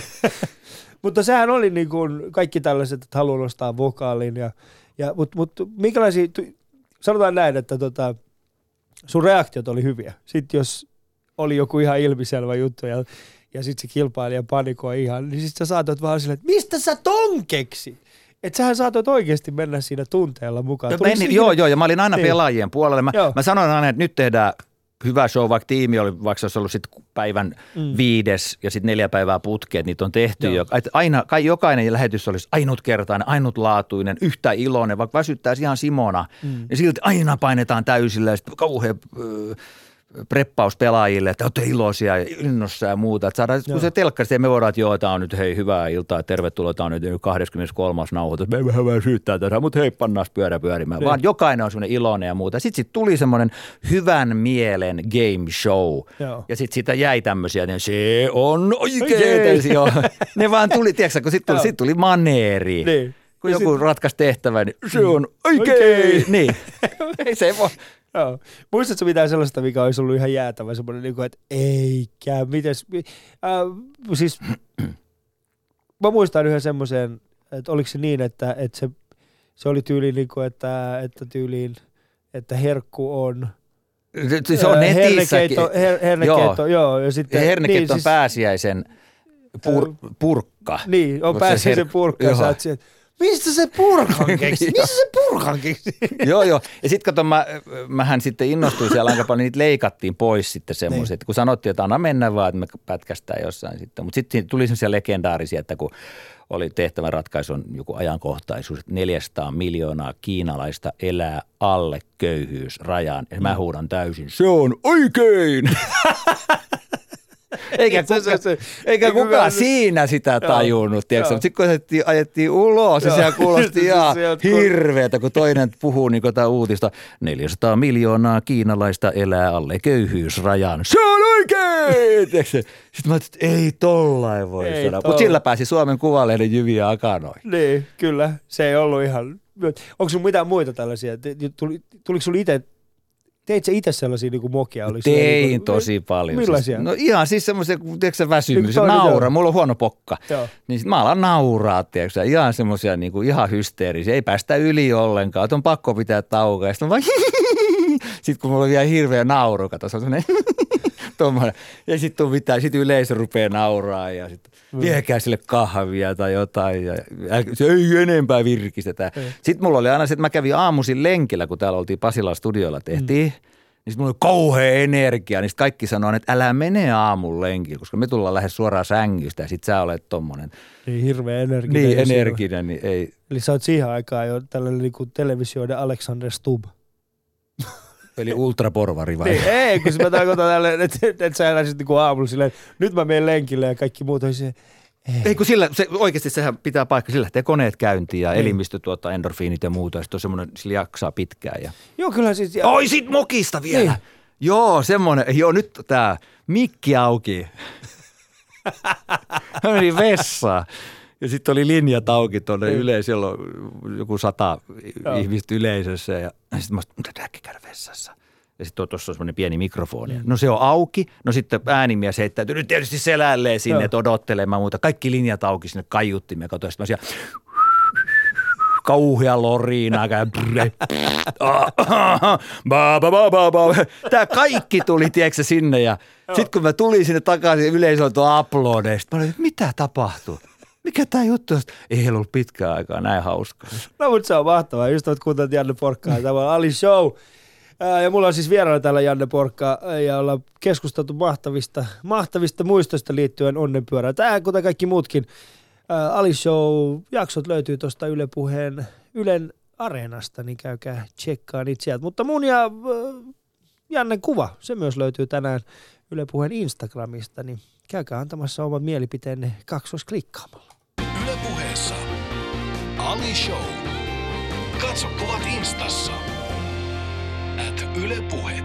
Mutta sehän oli niin kuin kaikki tällaiset, että haluan nostaa vokaalin. Ja, ja, Mutta mut, minkälaisia, sanotaan näin, että tota, sun reaktiot oli hyviä. Sitten jos oli joku ihan ilmiselvä juttu ja, ja sitten se kilpailija panikoi ihan, niin sitten sä saatoit vaan silleen, että mistä sä ton keksit? Että sähän saatoit oikeasti mennä siinä tunteella mukaan. No, menin, joo, joo, ja mä olin aina niin. pelaajien puolella. Mä, mä sanoin aina, että nyt tehdään hyvä show, vaikka tiimi oli, vaikka se olisi ollut sit päivän mm. viides ja sitten neljä päivää putkeet, niitä on tehty. Jo, että aina, kai jokainen lähetys olisi ainutkertainen, ainutlaatuinen, yhtä iloinen, vaikka väsyttäisi ihan Simona. Mm. Ja silti aina painetaan täysillä ja sitten kauhean äh, preppaus pelaajille, että olette iloisia ja innossa ja muuta. Että saadaan, kun se telkkari, me voidaan, että joo, tämä on nyt hei, hyvää iltaa, tervetuloa, tämä on nyt kahdeskymmeneskolmas nauhoitus, me ei vähän väsyttää tätä, mutta hei, pannaan pyörä pyörimään. Ne. Vaan jokainen on semmoinen iloinen ja muuta. Sitten sit tuli semmoinen hyvän mielen game show. Joo. Ja sitten sitä jäi tämmöisiä, että se on oikein. Ne vaan tuli, tiedätkö, kun sitten tuli, sit tuli maneeri. Niin. Kun ja joku sit ratkaisi tehtävän, niin se on oikein. Niin, ei se voi. Joo. Muistatko mitään sellaista, mikä olisi ollut ihan jäätävä, semmoinen, että eikä, mites, äh, siis mä muistan yhden semmoisen, että oliko se niin, että, että se, se oli tyyliin, niin kuin, että, että tyyliin, että herkku on, se, se on netissäkin. Hernekeitto, her, hernekeitto, joo. joo ja sitten, hernekeitto niin, on siis, pääsiäisen pur, purkka. Niin, on pääsiäisen purkka, ja sä oot sieltä, mistä se purkan keksi? Mistä se purkan keksi? Joo, joo. Ja sitten kato, mä, mähän sitten innostuin siellä aika paljon, niitä leikattiin pois sitten semmoiset. Niin. Kun sanottiin, että anna mennä vaan, että me pätkästään jossain sitten. Mutta sitten tuli semmoisia legendaarisia, että kun oli tehtävän ratkaisun joku ajankohtaisuus, että neljäsataa miljoonaa kiinalaista elää alle köyhyysrajan. Ja mä huudan täysin, se on oikein! Eikä, kuka, se, se, se, eikä kukaan se, siinä sitä tajunnut, tiedätkö? Mutta sitten kun ajettiin, ajettiin ulos, ja sehän kuulosti ihan hirveätä, kun toinen puhuu niin kuin tämä uutista. neljäsataa miljoonaa kiinalaista elää alle köyhyysrajan. Se on oikein! Sitten mä ajattelin, että ei tollain voi ei sanoa. Mutta sillä pääsi Suomen Kuvalehden jyviä akanoihin. Niin, kyllä. Se ei ollut ihan... Onko sinulla mitään muita tällaisia? Tuli, tuliko sinulla itse... Teit sä itse sellaisia niin kuin mokia? Tein niin kuin, tosi paljon. Millaisia? Siis, no ihan siis semmoisia, tiedätkö sä väsymys, naura. Mulla on huono pokka. Joo. Niin sit mä alan nauraa, tiedätkö sä, ihan semmoisia niin kuin ihan hysteerisiä. Ei päästä yli ollenkaan, on pakko pitää taukoa. Sitten vaan sitten kun mulla on vielä hirveä nauru, kato, se on semmoinen tommoinen. Ja sitten mitään, sitten yleisö rupeaa nauraa ja sitten mm. viekää sille kahvia tai jotain. Ja se ei enempää virkistetä. Mm. Sitten mulla oli aina se, että mä kävin aamuisin lenkillä, kun täällä oltiin Pasilan studioilla tehtiin. Mm. Niin sitten mulla oli kauhea energia, niin kaikki sanoo, että älä mene aamun lenkille, koska me tullaan lähes suoraan sängystä ja sit sä olet tommonen. Niin hirveä energinen. Niin energinen, niin ei. Eli sä oot siihen aikaan jo tällainen niin televisioiden Alexander Stubb. Eli ultraporvari vai? Niin, ei, kun mä tarkoitan tälleen, että et, et sä eläisit niin kuin aamulla silleen, nyt mä menen lenkille ja kaikki muut on se. Ei. ei, kun sillä, se, oikeasti sehän pitää paikka, sillä lähtee koneet käyntiin ja elimistö tuottaa endorfiinit ja muuta, ja sitten on semmoinen, sillä jaksaa pitkään. Ja... Joo, kyllä siis. Ja... Oi, sit mokista vielä. Niin. Joo, semmoinen, joo nyt tää mikki auki. Mä menin vessaan. Ja sitten oli linjat auki tuonne yleisössä, siellä on joku sata joo. ihmistä yleisössä ja sitten mä sanoin, mutta äkki käydä vessassa. Ja sitten tuossa on semmoinen pieni mikrofoni. Mm. No se on auki, no sitten äänimies heittäytyy nyt tietysti selälleen sinne, joo. että odottelemaan muuta. Kaikki linjat auki sinne kaiuttimeen, katsoin sitten mä siellä kauhea loriina. Tämä kaikki tuli, tiedätkö sinne ja sitten kun mä tulin sinne takaisin, yleisö on tuo aplodeista. Mä olin, mitä tapahtuu? Mikä tämä juttu on? Ei ollut pitkään aikaa näin hauskaa. No mutta se on mahtavaa. Ystävät kuuntelut Janne Porkkaa. Tämä on Ali Show. Ja mulla on siis vieraana täällä Janne Porkka ja ollaan keskusteltu mahtavista, mahtavista muistoista liittyen Onnenpyörään. Tämä kuten kaikki muutkin Ali Show-jaksot löytyy tuosta Yle Puheen Ylen Areenasta, niin käykää tsekkaan niitä sieltä. Mutta mun ja Jannen kuva, se myös löytyy tänään Yle Puheen Instagramista, niin käykää antamassa omat mielipiteenne kaksoisklikkaamalla. Yle Puheessa Ali Show. Katso kuvat Instassa. At Yle Puhe.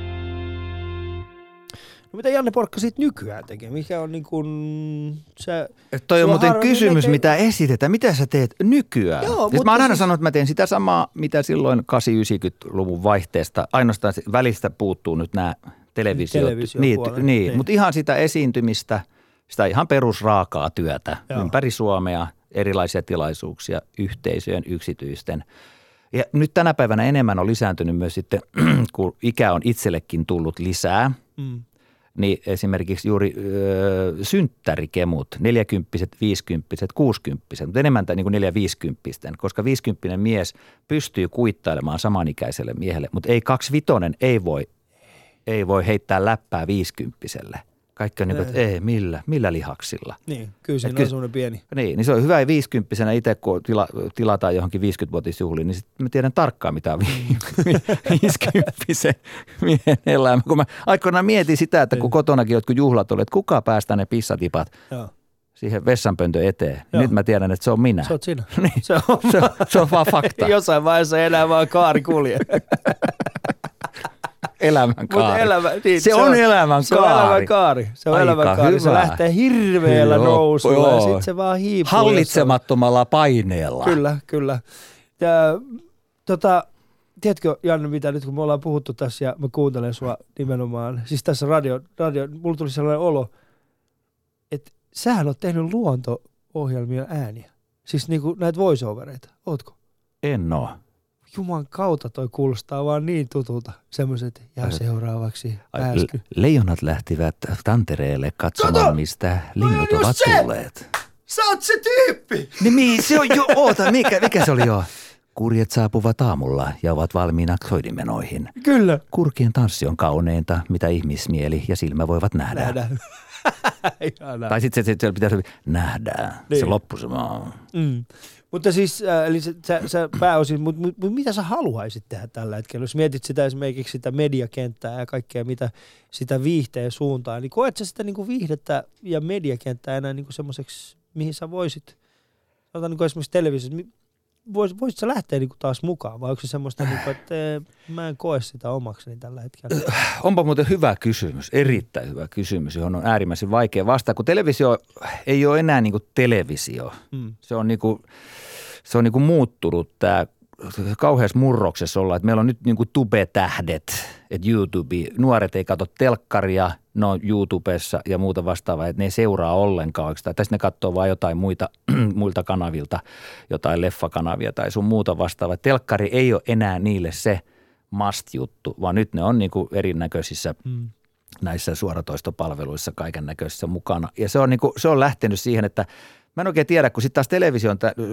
No mitä Janne Porkka siitä nykyään tekee? Mikä on niin kuin se... Toi on muuten kysymys, niin mitä esitetään. Mitä sä teet nykyään? Joo, mä oon aina siis... sanonut, että mä teen sitä samaa, mitä silloin kahdeksankymmentä-yhdeksänkymmentäluvun vaihteesta. Ainoastaan välistä puuttuu nyt nämä televisiot. Niin, niin, niin. Mutta ihan sitä esiintymistä, sitä ihan perusraakaa työtä joo. ympäri Suomea, erilaisia tilaisuuksia, yhteisöjen, yksityisten. Ja nyt tänä päivänä enemmän on lisääntynyt myös sitten, kun ikä on itsellekin tullut lisää, mm. niin esimerkiksi juuri ö, synttärikemut, neljäkymppiset, viisikymppiset, kuusikymppiset, mutta enemmän niin kuin neljä viisikymppisten, koska viisikymppinen mies pystyy kuittailemaan samanikäiselle miehelle, mutta ei kaksivitonen ei voi, ei voi heittää läppää viisikymppiselle. Kaikki on niin kuin, että ei, millä, millä lihaksilla. Niin, kyllä siinä on semmoinen pieni. Niin, niin se on hyvä viisikymppisenä itse, kun tila, tilataan johonkin viisikymmentävuotisjuhliin, niin sitten mä tiedän tarkkaan, mitä on viisikymppisen miehen elämä. Kun mä aikoinaan mietin sitä, että kun kotonakin jotkut juhlat oli, että kuka päästää ne pissatipat Joo. siihen vessanpöntön eteen. Joo. Nyt mä tiedän, että se on minä. Se on sinä. Niin, se, on, se, on, se on vaan fakta. Jossain vaiheessa ei enää vaan kaari kulje. Elämän kaari. Elämä, niin, se, se on elämän se kaari. On elämän kaari. Se on Aika elämän kaari. hyvä. Se lähtee hirveällä joo, nousulla joo. ja sitten se vaan hiipuu. Hallitsemattomalla paineella. Kyllä, kyllä. Ja, tota, tiedätkö Janne mitä nyt kun me ollaan puhuttu tässä ja mä kuuntelen sua nimenomaan. Siis tässä radio, radio mulla tuli sellainen olo, että sähän oot tehnyt luonto-ohjelmia ääniä. Siis niinku näitä voice-overeita. Ootko? En oo. Juman kautta toi kuulostaa vaan niin tutulta. Semmoiset, ja seuraavaksi pääsky. Leijonat lähtivät Tantereelle katsomaan, Kato! mistä linnut ovat se! tulleet. Sä oot se tyyppi! Niin se on jo, oota, mikä, mikä se oli jo? Kurjet saapuvat aamulla ja ovat valmiina soidinmenoihin. Kyllä. Kurkien tanssi on kauneinta, mitä ihmismieli ja silmä voivat nähdä. Nähdään. Tai sitten se, se, se pitäisi nähdään. Niin. Se loppu se vaan. Mm. Mutta siis, äh, eli sä, sä, sä pääosin, mutta mut, mut mitä sä haluaisit tehdä tällä hetkellä? Jos mietit sitä esimerkiksi sitä mediakenttää ja kaikkea, mitä sitä viihteen suuntaan, niin koet sä sitä niinku viihdettä ja mediakenttää enää niinku semmoiseksi, mihin sä voisit, sanotaan niinku esimerkiksi televisiossa, vois, voisit sä lähteä niinku taas mukaan, vai onko se semmoista, niinku, että mä en koe sitä omakseni tällä hetkellä? Onpa muuten hyvä kysymys, erittäin hyvä kysymys, johon on äärimmäisen vaikea vastata, kun televisio ei ole enää niinku televisio. Hmm. Se on niinku, se on niinku muuttunut tämä kauheassa murroksessa olla, että meillä on nyt niinku tube-tähdet, että YouTube, nuoret ei katso telkkaria, no YouTubessa ja muuta vastaavaa, että ne ei seuraa ollenkaan oikeastaan. Tässä ne katsoo vaan jotain muita, muilta kanavilta, jotain leffakanavia tai sun muuta vastaavaa. Telkkari ei ole enää niille se must-juttu, vaan nyt ne on niinku erinäköisissä mm. näissä suoratoistopalveluissa kaiken näköisissä mukana. Ja se on, niinku, se on lähtenyt siihen, että mä en oikein tiedä, kun sitten taas televisio on,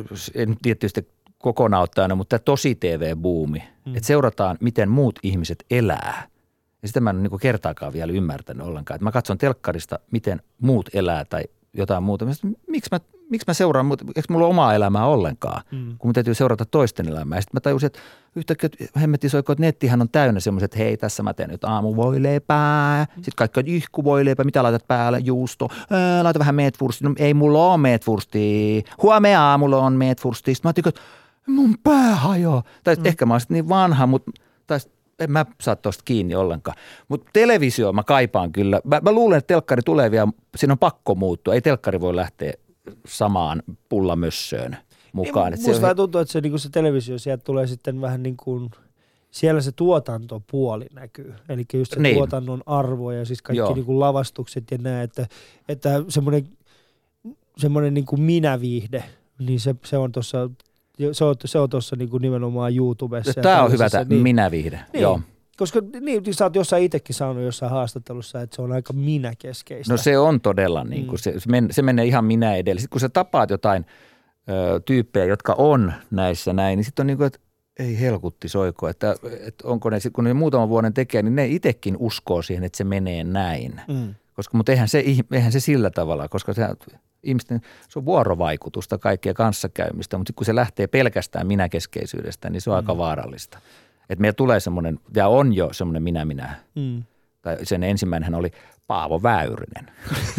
en tietysti kokonaan ottaen, mutta tämä tosi T V-buumi, mm. että seurataan, miten muut ihmiset elää. Ja sitä mä en ole niin kertaakaan vielä ymmärtänyt ollenkaan. Että mä katson telkkarista, miten muut elää tai jotain muuta. Miksi mä, miksi mä seuraan, eikö mulla ole omaa elämää ollenkaan, mm. kun mun täytyy seurata toisten elämää. Ja sitten mä tajusin, että yhtäkkiä hemmetti soiko, että nettihän on täynnä semmoiset, että hei, tässä mä teen nyt aamuvoileipää. Mm. Sitten kaikki on ihkuvoileipää, mitä laitat päälle, juusto, ää, laita vähän meetwurstia. No ei mulla ole meetwurstia, huomenna aamulla on meetwurstia. Sitten mä ajattelin, että mun pää hajoaa. Tai mm. ehkä mä olisin niin vanha, mutta tai en mä saa tuosta kiinni ollenkaan. Mutta televisio mä kaipaan kyllä. Mä, mä luulen, että telkkari tulee vielä, siinä on pakko muuttua. Ei telkkari voi lähteä samaan pullamössöön mukaan. Niin, musta on... tuntuu, että se, niin se televisio sieltä tulee sitten vähän niin kuin, siellä se tuotantopuoli näkyy. Eli just se niin. tuotannon arvo ja siis kaikki niin kuin lavastukset ja nää, että, että semmoinen, semmoinen niin kuin minäviihde, niin se, se on tuossa... Se on, se on tuossa niinku nimenomaan YouTubessa. Tämä on hyvä tämä niin, minä-viihde, niin, joo. Koska niin, sä oot jossain itsekin saanut jossain haastattelussa, että se on aika minäkeskeistä. No se on todella niin, kuin mm. se, se, men, se menee ihan minä edellä. Sitten kun sä tapaat jotain ö, tyyppejä, jotka on näissä näin, niin sitten on niin kuin, että ei helkutti soiko, että, että onko ne, kun ne muutaman vuoden tekee, niin ne itsekin uskoo siihen, että se menee näin. Mm. Koska, mutta eihän se, eihän se sillä tavalla, koska se, ihmisten, se on vuorovaikutusta kaikkea kanssakäymistä, mutta kun se lähtee pelkästään minäkeskeisyydestä, niin se on mm. aika vaarallista. Että meillä tulee semmoinen, ja on jo semmoinen minä-minä, mm. tai sen ensimmäinen oli Paavo Väyrynen,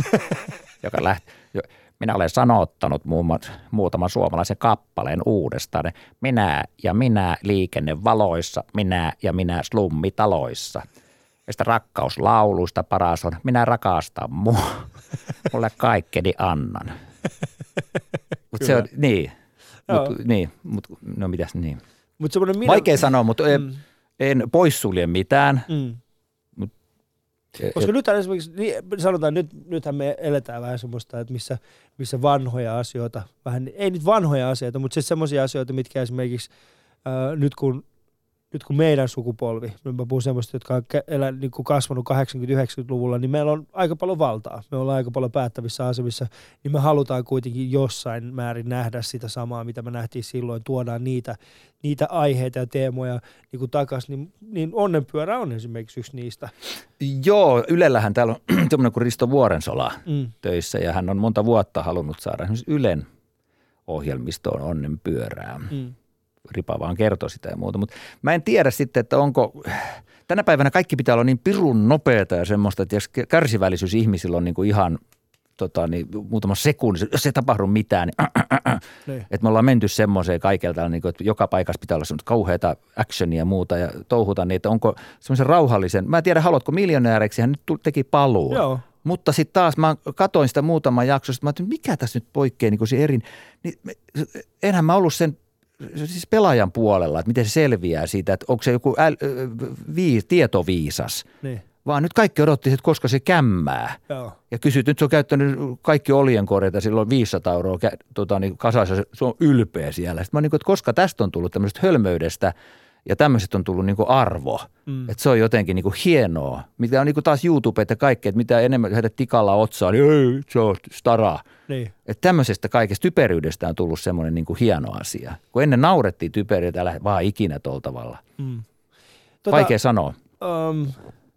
joka lähti, minä olen sanottanut muutaman suomalaisen kappaleen uudestaan, minä ja minä liikennevaloissa, minä ja minä slummitaloissa. Ja sitä rakkauslauluista paras on, minä rakastan mua, mulle kaikkeni annan. Mutta se on, niin, mut, niin, mut, no mitäs niin. Mut minä... Vaikea sanoa, mutta mm. en, en poissulje mitään. Mm. Mut, Koska et, nythän esimerkiksi, niin sanotaan, nyt, nythän me eletään vähän semmoista, että missä, missä vanhoja asioita, vähän, ei nyt vanhoja asioita, mutta siis semmoisia asioita, mitkä esimerkiksi äh, nyt kun Nyt kun meidän sukupolvi, mä puhun semmoista, jotka on elä, niin kuin kasvanut kahdeksankymmentä-yhdeksänkymmentäluvulla, niin meillä on aika paljon valtaa. Me ollaan aika paljon päättävissä asemissa, niin me halutaan kuitenkin jossain määrin nähdä sitä samaa, mitä me nähtiin silloin. Tuodaan niitä, niitä aiheita ja teemoja niin kuin takaisin, niin, niin Onnenpyörä on esimerkiksi yksi niistä. Joo, Ylellähän täällä on semmoinen kuin Risto Vuorensola mm. töissä, ja hän on monta vuotta halunnut saada esimerkiksi Ylen ohjelmistoon Onnenpyörää. Mm. Ripa vaan kertoo sitä ja muuta, mutta mä en tiedä sitten, että onko, tänä päivänä kaikki pitää olla niin pirun nopeata ja semmoista, että jos kärsivällisyys ihmisillä on niin kuin ihan tota, niin, muutama sekunti, jos ei tapahdu mitään, niin, äh, äh, äh, että me ollaan menty semmoiseen kaikelta, niin kuin, että joka paikassa pitää olla semmoista kauheata actionia ja muuta ja touhuta, niin että onko semmoisen rauhallisen, mä en tiedä, haluatko miljonääriksi, hän nyt teki paluu. Joo. Mutta sitten taas mä katoin sitä muutaman jaksosta, mä ajattelin, mikä tässä nyt poikkeaa niin kuin se erin, niin enhän mä ollut sen siis pelaajan puolella, että miten se selviää siitä, että onko se joku äl, vii, tietoviisas, niin. Vaan nyt kaikki odotti, että koska se kämmää. Joo. Ja kysyt, nyt se on käyttänyt kaikki oljenkorjata, silloin viisisataa euroa tota, niin kasassa, se on ylpeä siellä. Sitten mä niin kuin, että koska tästä on tullut tämmöisestä hölmöydestä ja tämmöisestä on tullut niin kuin arvo, mm. että se on jotenkin niin kuin hienoa. Mitä on niin kuin taas YouTube ja kaikki, että mitä enemmän heitä tikalla otsaa, niin ei, se on stara. Niin. Että tämmöisestä kaikesta typeryydestä on tullut semmoinen niin kuin hieno asia. Kun ennen naurettiin typeryyttä, älä vaan ikinä tuolla tavalla. Mm. Tota, Vaikea sanoa. Um,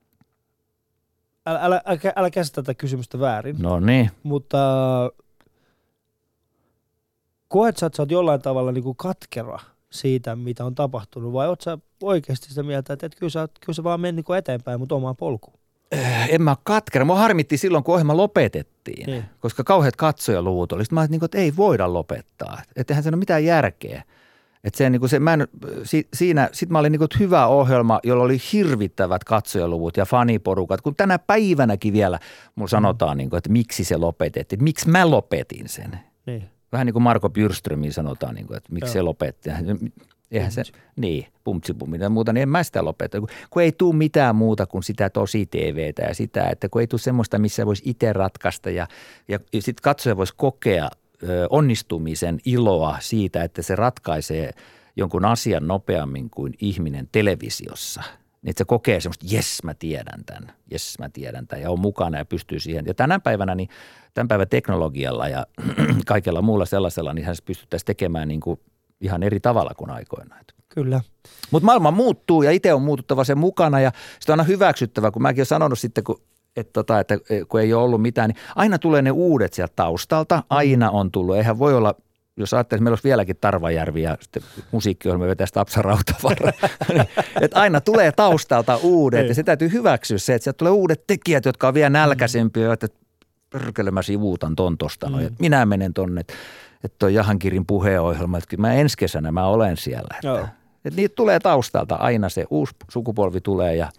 älä, älä, älä, älä käsitä tätä kysymystä väärin. No niin. Mutta koet sä, että sä oot jollain tavalla niin kuin katkera siitä, mitä on tapahtunut, vai oot sä oikeasti sitä mieltä, että et kyllä, sä, kyllä sä vaan meni niin eteenpäin, mutta omaan polkuun? En mä katkera. Mua harmitti silloin, kun ohjelma lopetettiin, niin. koska kauheat katsojaluvut oli. Sitten mä ajattelin, että ei voida lopettaa. Että eihän se ole mitään järkeä. Että se, niin kuin se, mä en, si, siinä, sit mä olin niin kuin, hyvä ohjelma, jolla oli hirvittävät katsojaluvut ja faniporukat. Kun tänä päivänäkin vielä mulla sanotaan, niin kuin, että miksi se lopetettiin. Että miksi mä lopetin sen. Niin. Vähän niin kuin Marko Bjurströmiin sanotaan, niin kuin, että miksi Joo. se lopetti. Eihän se, niin, pumtsipummi ja muuta, niin en mä sitä lopeta. Kun, kun ei tule mitään muuta kuin sitä tosi-T V:tä ja sitä, että kun ei tule semmoista, missä voisi itse ratkaista ja, ja, ja sitten katsoja voisi kokea ö, onnistumisen iloa siitä, että se ratkaisee jonkun asian nopeammin kuin ihminen televisiossa. Niin että se kokee semmoista, jes mä tiedän tämän, jes mä tiedän tämän ja on mukana ja pystyy siihen. Ja tänä päivänä, niin tämän päivän teknologialla ja kaikella muulla sellaisella, niin hän pystyttäisiin tekemään niin kuin ihan eri tavalla kuin aikoinaan. Kyllä. Mutta maailma muuttuu ja itse on muututtava sen mukana ja sitä on aina hyväksyttävä, kun mäkin olen sanonut sitten, kun, että, tota, että kun ei ole ollut mitään, niin aina tulee ne uudet sieltä taustalta. Aina on tullut. Eihän voi olla, jos ajattelee, että meillä olisi vieläkin Tarvajärvi ja sitten musiikkiohjelma vetää sitä Apsa Rautavaara. Että aina tulee taustalta uudet ja se täytyy hyväksyä se, että sieltä tulee uudet tekijät, jotka on vielä nälkäisempiä, että pörkele mä sivuutan ton tosta. Mm. Minä menen tonne. Että toi Jahankirin puheenohjelma, että mä ensi kesänä mä olen siellä. Että, että niitä tulee taustalta aina, se uusi sukupolvi tulee. Ja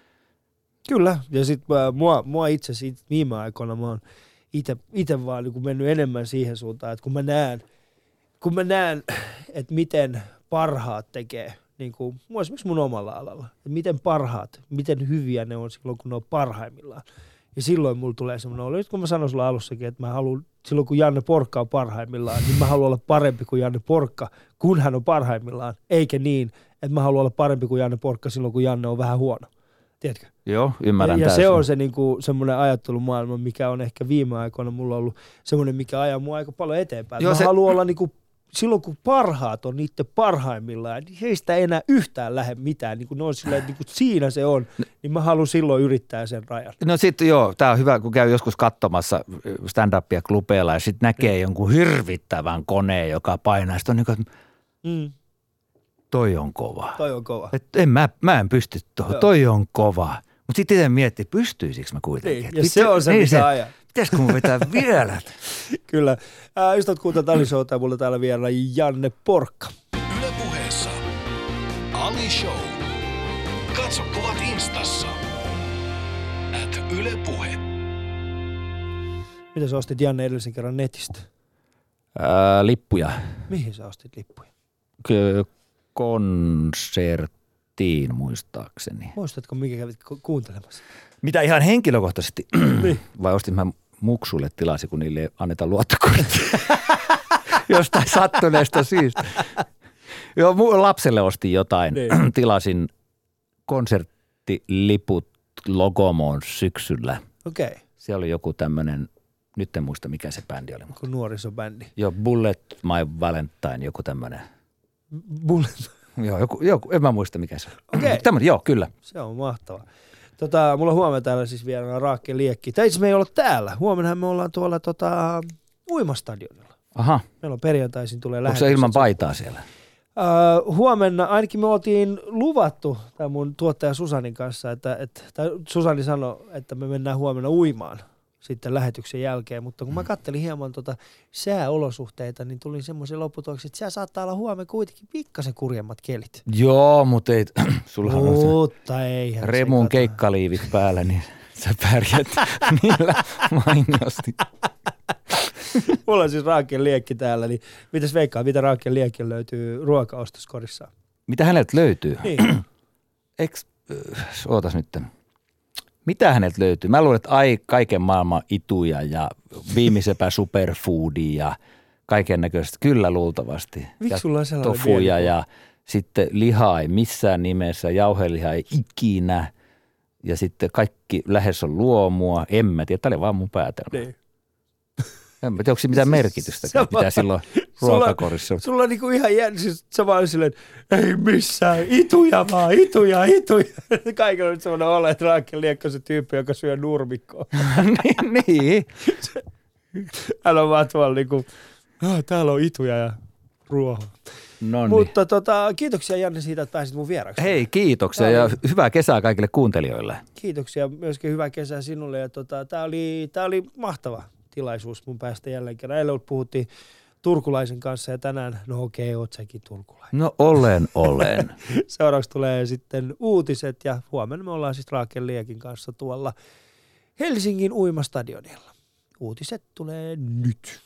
kyllä, ja sitten mua, mua itse siitä viime aikoina mä oon itse vaan niin mennyt enemmän siihen suuntaan, että kun mä näen, kun mä näen että miten parhaat tekee, niin kuin esimerkiksi mun omalla alalla, että miten parhaat, miten hyviä ne on silloin, kun ne on parhaimmillaan. Ja silloin mulla tulee semmoinen olo, kun mä sanoin sulla alussakin, että mä haluan, silloin kun Janne Porkka on parhaimmillaan, niin mä haluan olla parempi kuin Janne Porkka, kun hän on parhaimmillaan, eikä niin, että mä haluan olla parempi kuin Janne Porkka silloin, kun Janne on vähän huono. Tiedätkö? Joo, ymmärrän Ja, ja täysin. se on se niinku, semmoinen ajattelumaailma, mikä on ehkä viime aikoina mulla ollut semmoinen, mikä ajaa mua aika paljon eteenpäin. Joo, mä se haluan olla niinku, silloin kun parhaat on niiden parhaimmillaan, niin heistä ei enää yhtään lähde mitään. Niin kun ne on silleen, että niin siinä se on, niin mä haluan silloin yrittää sen rajan. No sitten joo, tää on hyvä, kun käy joskus katsomassa stand-upia klubeilla ja sitten näkee jonkun hirvittävän koneen, joka painaa. Sitten on niin kuin, että mm. toi on kova. Toi on kova. Et en, mä, mä en pysty tuohon, toi on kova. Mutta sitten itse miettii, pystyisikö mä kuitenkin. Niin, ja se on se, mitä se ajaa. Pitäisikö mun vetää vielä? Kyllä. Äh, ystävät kuuntelut Ali Showta ja mulla täällä vielä Janne Porkka. Yle Puheessa Ali Show. Katso kuvat instassa. At Yle Puhe. Mitä sä ostit Janne edellisen kerran netistä? Ää, lippuja. Mihin sä ostit lippuja? K- konserttiin muistaakseni. Muistatko, mikä kävit ku- kuuntelemassa? Mitä ihan henkilökohtaisesti? Niin. Vai ostin mä muksuille tilasi, kun niille ei anneta luottokorttia? Jostain sattuneesta syystä. Joo, lapselle ostin jotain. Niin. Tilasin konserttiliput Logomoon syksyllä. Okei. Okay. Siellä oli joku tämmöinen, nyt en muista mikä se bändi oli. Kun nuorisobändi. Joo, Bullet My Valentine, joku tämmöinen. Bullet? Joo, joku, joku, en mä muista mikä se on. Okei. Okay. Tämmöinen, joo, kyllä. Se on mahtavaa. Tota, mulla on huomenna täällä siis vielä Raakke Liekki. Tai itse me ei olla täällä. Huomenna me ollaan tuolla tota, uimastadionilla. Aha. Meillä on perjantaisin tulee lähetys. Onko se ilman paitaa siellä? Uh, huomenna ainakin me oltiin luvattu tämän mun tuottaja Susanin kanssa, että, että tai Susani sanoi, että me mennään huomenna uimaan sitten lähetyksen jälkeen, mutta kun mä kattelin hieman tota sääolosuhteita, niin tulin semmoisen lopputuloksi, että siellä saattaa olla huomenna kuitenkin pikkasen kurjemmat kelit. Joo, mutta ei, sullahan mutta on se Remun keikkaliivit päällä, niin sä pärjät niillä mainiosti. Mulla on siis Raakken Liekki täällä, niin mitäs veikkaa, mitä Raakken Liekki löytyy ruokaostoskorissaan? Mitä häneltä löytyy? Niin. Eks, ootas nyt. Mitä häneltä löytyy? Mä luulen, että ai, kaiken maailman ituja ja viimeisepä superfoodia ja kaiken näköistä. Kyllä luultavasti. Miksi sulla on sellainen tofuja ja sitten lihaa ei missään nimessä, jauhelihaa ei ikinä. Ja sitten kaikki lähes on luomua. En mä tiedä, tämä oli vaan mun päätelmä. Niin. En mä tiedä, onko mitä merkitystä, Sama. Pitää silloin ruokakorissa. Sulla, sulla on niinku ihan jännä, siis sä vaan silleen, ei missään, ituja vaan, ituja, ituja. Kaikilla on nyt semmoinen olo, että Raakke Liekki on se tyyppi, joka syö nurmikkoa. niin, niin. Hän on vaan tuolla niinku, ah, täällä on ituja ja ruoho. Noniin. Mutta tota, kiitoksia Janne siitä, että pääsit mun vieraksi. Hei, kiitoksia ja hyvää kesää kaikille kuuntelijoille. Kiitoksia, myöskin hyvää kesää sinulle. Ja tota, tää oli, tää oli mahtava tilaisuus mun päästä jälleen kerran. Eilen puhuttiin turkulaisen kanssa ja tänään, no okei, oot säkin turkulainen. No olen, olen. Seuraavaksi tulee sitten uutiset ja huomenna me ollaan siis Raakel Liekin kanssa tuolla Helsingin uimastadionilla. Uutiset tulee nyt.